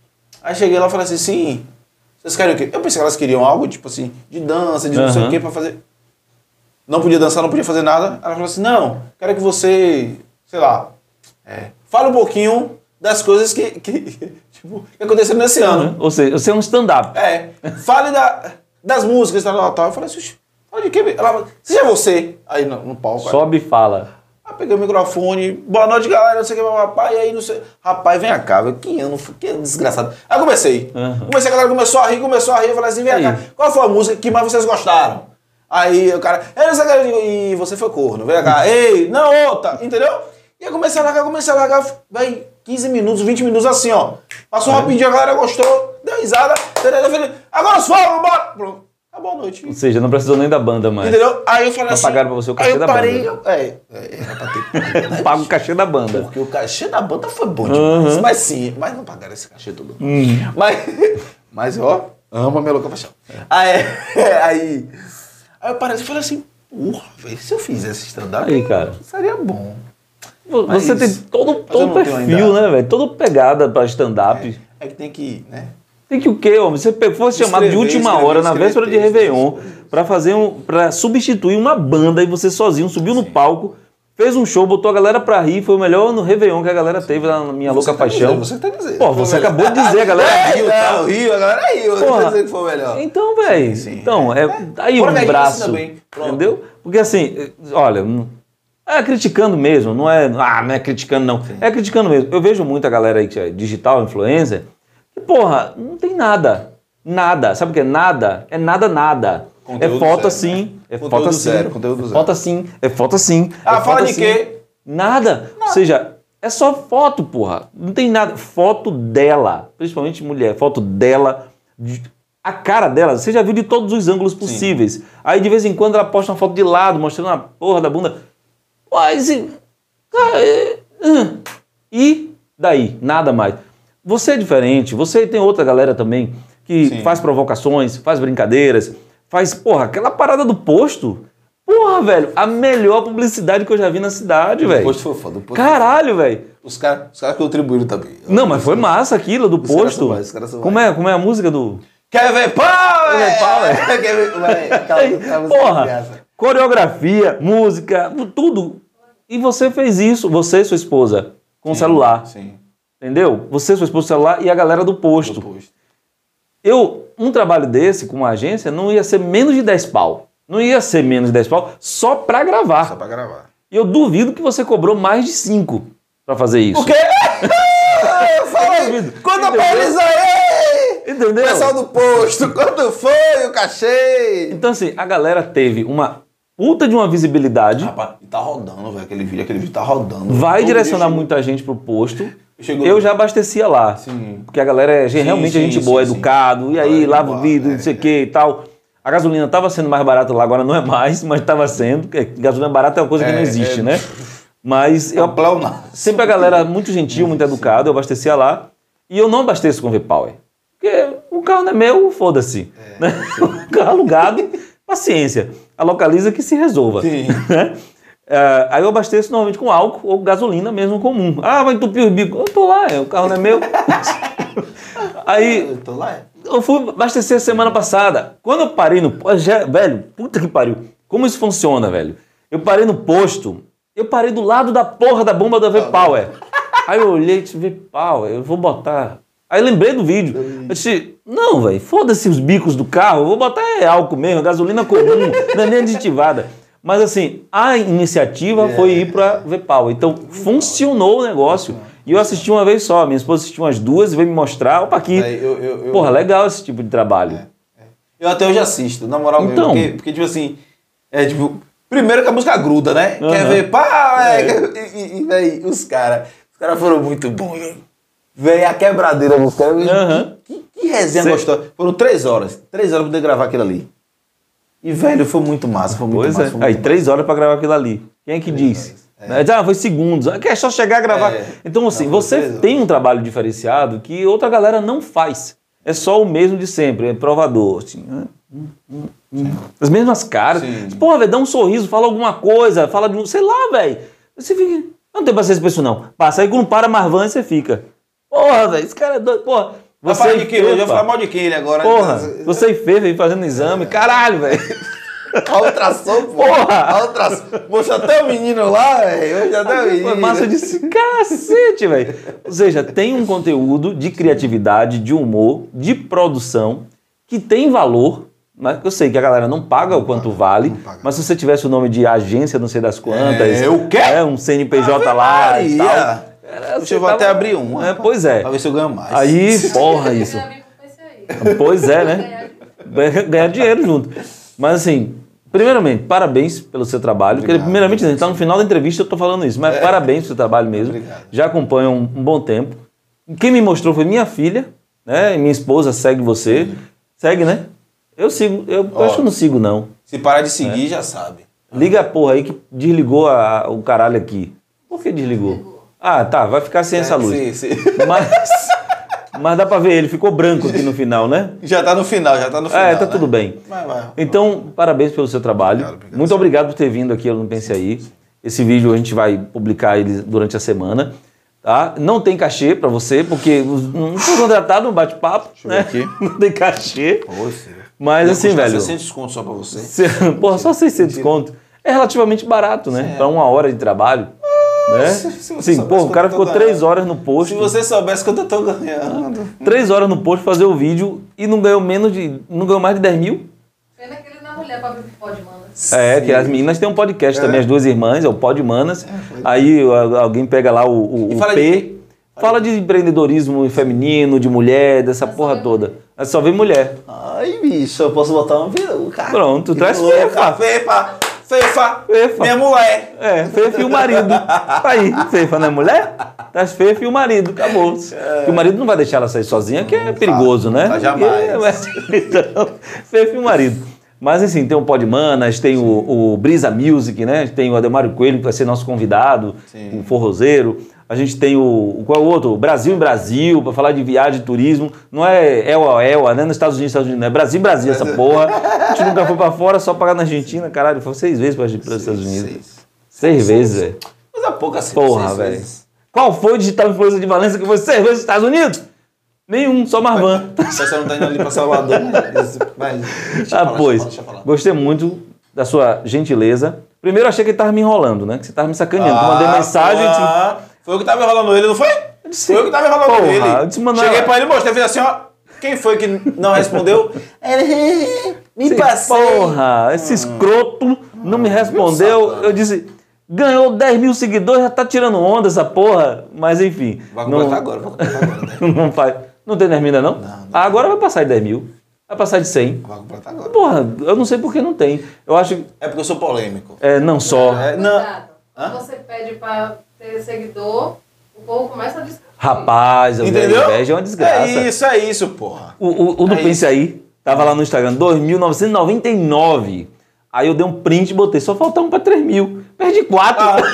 Aí cheguei lá e falei assim, sim, vocês querem o quê? Eu pensei que elas queriam algo, tipo assim, de dança, de não sei o quê, pra fazer... Não podia dançar, não podia fazer nada. Ela falou assim, não, quero que você, sei lá, é, fale um pouquinho das coisas que, que, tipo, que aconteceram nesse Uhum. ano. Ou seja, você é um stand-up. É, fale da, das músicas e tal, tal. Eu falei assim, fala de quê? Ela falou, seja você, aí no, no palco. Sobe e fala. Aí peguei o microfone, boa noite, galera, não sei o que, papai, e aí não sei. Rapaz, vem cá, velho, que ano, que ano desgraçado. Aí comecei. Uhum. Comecei, a galera começou a rir, começou a rir, eu falei assim, vem cá, qual foi a música que mais vocês gostaram? Aí o cara, ei, não sei o que, eu digo, e você foi corno, vem cá, ei, não, outra, entendeu? E eu comecei a largar, comecei a largar, vai, quinze minutos, vinte minutos assim, ó. Passou uhum. rapidinho, a galera gostou, deu risada, agora os fogos, bora! Pronto. Acabou a noite. Ou seja, não precisou nem da banda mais. Entendeu? Aí eu falei não assim... pagaram pra você o cachê aí eu da parei, banda. Eu, é, é, era pra ter... Né? Paga o cachê da banda. Porque o cachê da banda foi bom demais. Uhum. Mas sim, mas não pagaram esse cachê todo. Uhum. Mas, mas, ó, amo a minha louca paixão. É. Aí, aí, aí eu parei e falei assim, porra, velho, se eu fizesse stand-up, aí, cara, seria bom. Você mas, tem todo, todo o perfil, né, velho? Toda pegada pra stand-up. É, é que tem que, né... Tem que o quê, homem? Você foi chamado de última escrever, hora, na escrever véspera de texto, Réveillon, pra fazer um, pra substituir uma banda e você sozinho subiu no palco, fez um show, botou a galera pra rir, foi o melhor no Réveillon que a galera teve lá na Minha Você Louca tá Paixão. Dizendo, você tá dizendo. Pô, você acabou de dizer, a galera é, riu, não, tá? riu, a galera riu, eu Porra, tô dizendo que foi o melhor. Então, velho, então, é, é aí Fora um que a gente braço, ensina bem. Pronto. entendeu? Porque assim, olha, é criticando mesmo, não é, ah, não é criticando não, Sim. é criticando mesmo. Eu vejo muita galera aí que é digital, influencer, que porra, não tem nada. Nada. Sabe o que é nada? É nada, nada. Conteúdo é foto zero, assim. né? É Conteúdo foto assim. zero, conteúdo zero. Foto assim. É foto assim. Ah, é fala foto de assim. quê? Nada. Ou seja, é só foto, porra. Não tem nada. Foto dela. Principalmente mulher. Foto dela. De... A cara dela. Você já viu de todos os ângulos possíveis. Sim. Aí de vez em quando ela posta uma foto de lado, mostrando a porra da bunda. Mas... E daí? Nada mais. Você é diferente. Você tem outra galera também que Sim. faz provocações, faz brincadeiras, faz, porra, aquela parada do posto. Porra, velho, a melhor publicidade que eu já vi na cidade, velho. O posto foi foda. Caralho, velho. Os caras os cara contribuíram também. Não, mas foi massa aquilo do os posto. Cara mais, cara como, é, como é a música do... Quer ver pau, Quer ver pau, é? Quer ver... Vai, aquela, aquela porra, coreografia, música, tudo. E você fez isso, você e sua esposa, com o celular. Sim. Entendeu? Você, sua esposa, celular e a galera do posto. Do posto. Eu, um trabalho desse com uma agência não ia ser menos de dez pau. Não ia ser menos de dez pau só pra gravar. Só pra gravar. E eu duvido que você cobrou mais de cinco pra fazer isso. O quê? Eu falei, conta pra eles aí! Entendeu? Pessoal do posto, quanto foi o cachê? Então assim, a galera teve uma puta de uma visibilidade. Rapaz, e tá rodando, velho, aquele vídeo, aquele vídeo tá rodando. Vai Todo direcionar chegou... muita gente pro posto. Chegou... Eu já abastecia lá. Sim. Porque a galera é realmente sim, gente sim, boa, sim, educado. sim. E aí, Vai, lava vai, o vidro, é, não sei o é. que e tal. A gasolina estava sendo mais barata lá, agora não é mais, mas estava sendo. Porque gasolina barata é uma coisa que É, não existe, é... né? Mas eu, sempre a galera muito gentil, muito educada, eu abastecia lá. E eu não abasteço com V-Power. Porque o carro não é meu, foda-se. É, né? O carro alugado, paciência. A localiza que se resolva. Sim. Né? Uh, aí eu abasteço normalmente com álcool ou gasolina mesmo comum. Ah, vai entupir o bico. Eu tô lá, o carro não é meu. Aí eu tô lá. Eu fui abastecer semana passada. Quando eu parei no posto, velho, puta que pariu. Como isso funciona, velho? Eu parei no posto, eu parei do lado da porra da bomba da V-Power. Aí eu olhei e disse, V-Power, eu vou botar. Aí eu lembrei do vídeo. Eu disse, não, velho, foda-se os bicos do carro, eu vou botar é álcool mesmo, gasolina comum, não é nem aditivada. Mas assim, a iniciativa foi ir pra V-Power. Então, funcionou o negócio. E eu assisti uma vez só. Minha esposa assistiu umas duas e veio me mostrar. Opa, aqui. É, eu, eu, eu, Porra, legal esse tipo de trabalho. É, é. Eu até hoje assisto, na moral então, mesmo. Porque, porque, tipo assim, é tipo... Primeiro que a música gruda, né? Uhum. Quer ver? Pá, é. E, e, e véi, os caras... Os caras foram muito bons, velho. Véi, a quebradeira dos caras. Uhum. Que, que resenha Cê... gostosa. Foram três horas. Três horas pra poder gravar aquilo ali. E, velho, foi muito massa. Foi muito pois massa. É. Foi muito Aí, massa. três horas pra gravar aquilo ali. Quem é que três disse? É. Ah, foi segundos. É só chegar a gravar. É. Então, assim, Não, você três tem um trabalho diferenciado que outra galera não faz. É só o mesmo de sempre. É provador. Assim, hum, hum, hum. As mesmas caras. Sim. Porra, velho, dá um sorriso, fala alguma coisa, fala de um. Sei lá, velho. Você fica. Eu não tenho paciência pra isso, não. Passa aí quando para Marvan, você fica. Porra, velho, esse cara é doido. Porra. Você Você falar de que hoje? Eu ia falar mal de quem ele agora? Porra, você e Fefe aí fazendo exame. Caralho, velho. A ultrassom, Porra! A ultrassom. Mostrou até o menino lá, velho. Hoje até o menino. Foi massa de cacete, velho. Ou seja, tem um conteúdo de criatividade, de humor, de produção, que tem valor. Mas eu sei que a galera não paga o quanto vale, paga. mas se você tivesse o nome de agência, não sei das quantas. É, o quê? É, um C N P J lá e tal. Maria. Era, Deixa eu vou até abrir um. É, pois é. Pra ver se eu ganho mais. Aí, porra, isso. Meu amigo pensei aí. Pois é, né? Ganhar dinheiro junto. Mas assim, primeiramente, parabéns pelo seu trabalho. Obrigado. Porque, primeiramente, a gente está no final da entrevista, eu estou falando isso, mas É. parabéns pelo seu trabalho mesmo. Obrigado. Já acompanho um, um bom tempo. Quem me mostrou foi minha filha, né? E minha esposa segue você. Segue, né? Eu sigo, eu Ó. acho que eu não sigo, não. Se parar de seguir, já sabe. Liga a porra aí que desligou a- o caralho aqui. Por que desligou? Ah, tá, vai ficar sem essa luz. Sim, sim. Mas, mas dá pra ver, ele ficou branco aqui no final, né? Já tá no final, já tá no final. É, tá né? tudo bem. Vai, vai. Então, parabéns pelo seu trabalho. Obrigado, obrigado. Muito obrigado por ter vindo aqui, eu não pensei aí. Esse vídeo a gente vai publicar ele durante a semana. Tá? Não tem cachê pra você, porque não foi contratado no bate-papo, eu né? ver aqui. Não tem cachê. Poxa. Mas assim, velho. seiscentos desconto só pra você. se- Porra, só seiscentos conto. É relativamente barato, né? Pra uma hora de trabalho. Né? se você Sim, soubesse pô, o quanto cara eu tô ficou três ganhando. horas no posto. Se você soubesse quanto eu tô ganhando. Três horas no posto fazer o vídeo e não ganhou menos de. Não ganhou mais de dez mil. Pena que ele não é mulher pra vir pro pó de mana. É, que as meninas têm um podcast também, as duas irmãs, é o Pod Manas. Aí a- alguém pega lá o, o, E o fala P, de- fala de empreendedorismo feminino, de mulher, dessa porra toda. É só ver mulher. Ai, bicho, eu posso botar um vídeo, cara. Pronto, traz louca, Fefa. Fefa, Fefa, Fefa. minha mulher. É, Fefa e o marido. Tá aí, Fefa não é mulher? Traz Fefa e o marido, acabou. Porque o marido não vai deixar ela sair sozinha, que é perigoso, né? tá, jamais. Porque- Então, Fefa e o marido. Mas assim, tem o Pod Manas, tem o, o Brisa Music, né? Tem o Ademário Coelho, que vai ser nosso convidado, Sim. o forrozeiro. A gente tem o, qual é o outro? Brasil em Brasil, para falar de viagem e turismo. Não é Elwa Elwa, né? Nos Estados Unidos, Estados Unidos, não é Brasil em Brasil essa porra. A gente nunca foi para fora, só pagar na Argentina, caralho. Foi seis vezes para os Estados Unidos. Seis. Seis vezes, velho. Mas há pouco assim. Porra, seis velho. vezes. Qual foi o digital influencer de Valência que foi seis vezes nos Estados Unidos? Nenhum, só Marvan. O pessoal não tá indo ali pra Salvador, né? Mas, deixa Ah, eu falar, pois. deixa eu falar. Gostei muito da sua gentileza. Primeiro eu achei que ele tava me enrolando, né? Que você tava me sacaneando. Eu mandei Ah, mensagem e disse, ah, foi eu que tava enrolando ele, não foi? disse, Foi eu que tava enrolando porra, ele. eu disse, mano, Cheguei não. pra ele e mostrei, fiz assim, ó. Quem foi que não respondeu? Ele me Sim, passei. porra, esse escroto não me respondeu. sacana. Eu disse, ganhou dez mil seguidores, já tá tirando onda essa porra. Mas enfim. Vai não, completar agora, vai completar agora. Né? não, faz, não tem dez mil ainda não? Não, não. Ah, agora vai passar de dez mil. Vai passar de cem. Vai completar agora. Porra, eu não sei por que não tem. Eu acho que É porque eu sou polêmico. é, não só. É, não. Cuidado. Hã? Você pede pra ter seguidor, o povo começa a discutir. Rapaz, a Entendeu? inveja é uma desgraça. É isso, é isso, porra. O, o, o do É Pense isso. Aí, tava lá no Instagram, dois mil novecentos e noventa e nove. Aí eu dei um print e botei, só falta um pra três mil. Perdi quatro. Ah.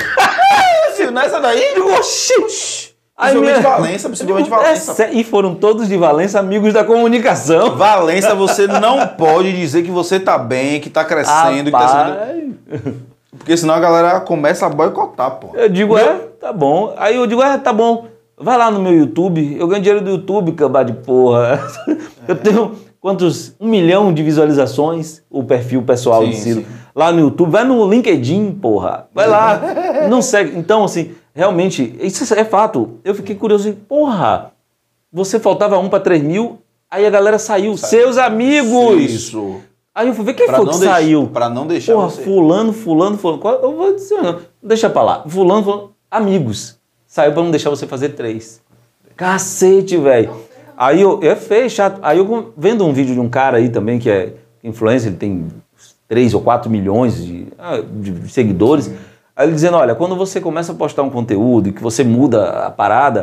Viu, nessa daí? Digo, oxi. Aí Principalmente minha- Valença, principalmente É Valença. sé- e foram todos de Valença, amigos da comunicação. Valença, você não pode dizer que você tá bem, que tá crescendo, que tá sendo... Rapaz, Porque senão a galera começa a boicotar, pô. eu digo, é, tá bom. Aí eu digo, é, tá bom. Vai lá no meu YouTube, eu ganho dinheiro do YouTube, cambá de porra. Eu tenho quantos? Um milhão de visualizações, o perfil pessoal Sim, do Ciro. sim. Lá no YouTube, vai no LinkedIn, porra. Vai lá, não segue. Então, assim, realmente, isso é fato. Eu fiquei curioso, porra, você faltava um para três mil, aí a galera saiu. Seus amigos! Isso. Aí eu fui ver quem Pra foi não que deix- saiu. pra não deixar Porra, você- fulano, fulano, fulano. Qual- Eu vou dizer, não, deixa pra lá. Fulano, fulano, amigos. Saiu pra não deixar você fazer três. Cacete, velho. Aí eu, é feio, chato. Aí eu vendo um vídeo de um cara aí também que é influencer, ele tem três ou quatro milhões de, ah, de seguidores. Aí ele dizendo, olha, quando você começa a postar um conteúdo e que você muda a parada,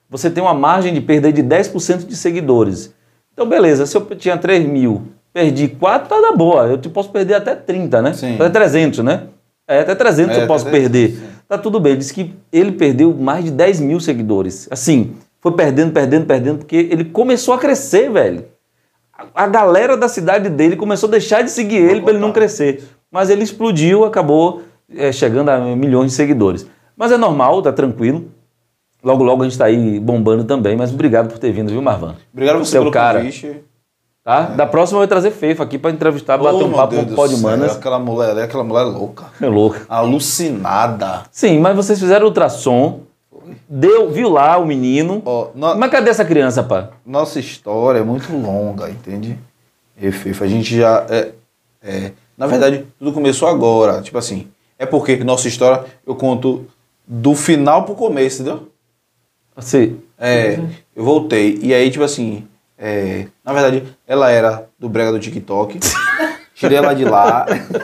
você tem uma margem de perda de dez por cento de seguidores. Então, beleza, se eu tinha três mil, perdi quatro, tá da boa. Eu posso perder até trinta, né? Sim. Até trezentos, né? É, até trezentos É, eu posso até perder. trezentos, sim. Tá tudo bem. Ele disse que ele perdeu mais de dez mil seguidores. Assim, foi perdendo, perdendo, perdendo, porque ele começou a crescer, velho. A, a galera da cidade dele começou a deixar de seguir ele para ele não crescer. Mas ele explodiu, acabou é, chegando a milhões de seguidores. Mas é normal, tá tranquilo. Logo, logo a gente tá aí bombando também. Mas obrigado por ter vindo, viu, Marvan? Obrigado a você Seu pelo cara. convite. Tá? Da próxima eu vou trazer Fefa aqui para entrevistar, bater Oh, um meu papo Deus com o do Pó de céu, Manas. Aquela mulher, aquela mulher louca. É louco. Alucinada. Sim, mas vocês fizeram ultrassom, deu, viu lá o menino. Ó, no- Mas cadê essa criança, pá? Nossa história é muito longa, entende? E, Fefa, a gente já... É, é, na verdade, tudo começou agora. Tipo assim, é porque nossa história eu conto do final pro começo, entendeu? Você... É, eu voltei. E aí, tipo assim, é, na verdade, ela era do brega do TikTok. Tirei ela de lá.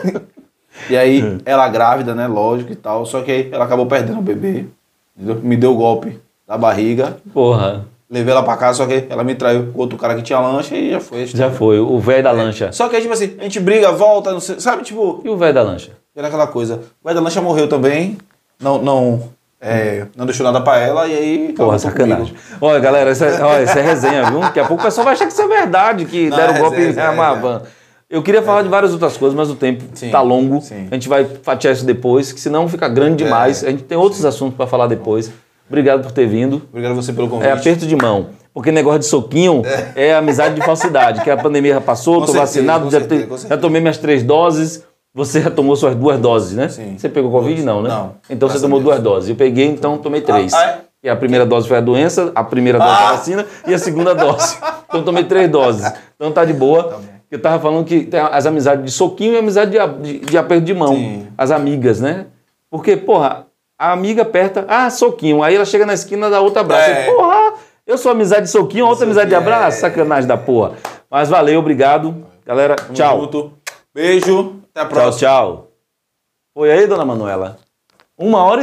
E aí, ela grávida, né? Lógico e tal. Só que aí ela acabou perdendo o bebê. Entendeu? Me deu o golpe da barriga. Porra, Levei ela pra casa, só que ela me traiu com outro cara que tinha lancha e já foi. já foi, o velho da lancha. Só que aí, tipo assim, a gente briga, volta, não sei, sabe? Tipo, E o velho da lancha? era aquela coisa. O velho da lancha morreu também. Não, não, é, não deixou nada pra ela e aí... Porra, acabou sacanagem. comigo. Olha, galera, isso é, olha, isso é resenha, viu? Daqui a pouco o pessoal vai achar que isso é verdade, que Não, deram é golpe resenha, em é Marvan. Eu queria falar de várias outras coisas, mas o tempo Sim, tá longo. sim. A gente vai fatiar isso depois, que senão fica grande demais. É, A gente tem outros assuntos para falar depois. Obrigado por ter vindo. Obrigado a você pelo convite. É aperto de mão. Porque negócio de soquinho é, é amizade de falsidade. Que a pandemia já passou, Com tô certeza, vacinado, com já, certeza, te- com já certeza. tomei minhas três doses. Você já tomou suas duas doses, né? Sim. Você pegou Covid? Não, né? Não. Então você Graças a tomou Deus. duas doses. Eu peguei, então tomei três. Ah, é? E a primeira dose foi a doença, a primeira dose foi a Ah! vacina e a segunda dose. Então eu tomei três doses. Então tá de boa. bom. Eu tava falando que tem as amizades de soquinho e amizade de, a- de, de aperto de mão. Sim. As amigas, né? Porque, porra, a amiga aperta, ah, soquinho. Aí ela chega na esquina da outra abraço. É. Porra, eu sou amizade de soquinho, outra amizade de abraço. Sacanagem da porra. Mas valeu, obrigado. Galera, Tamo tchau. junto. Beijo. Até a Tchau, próxima. tchau. Foi aí, dona Manuela? Uma hora e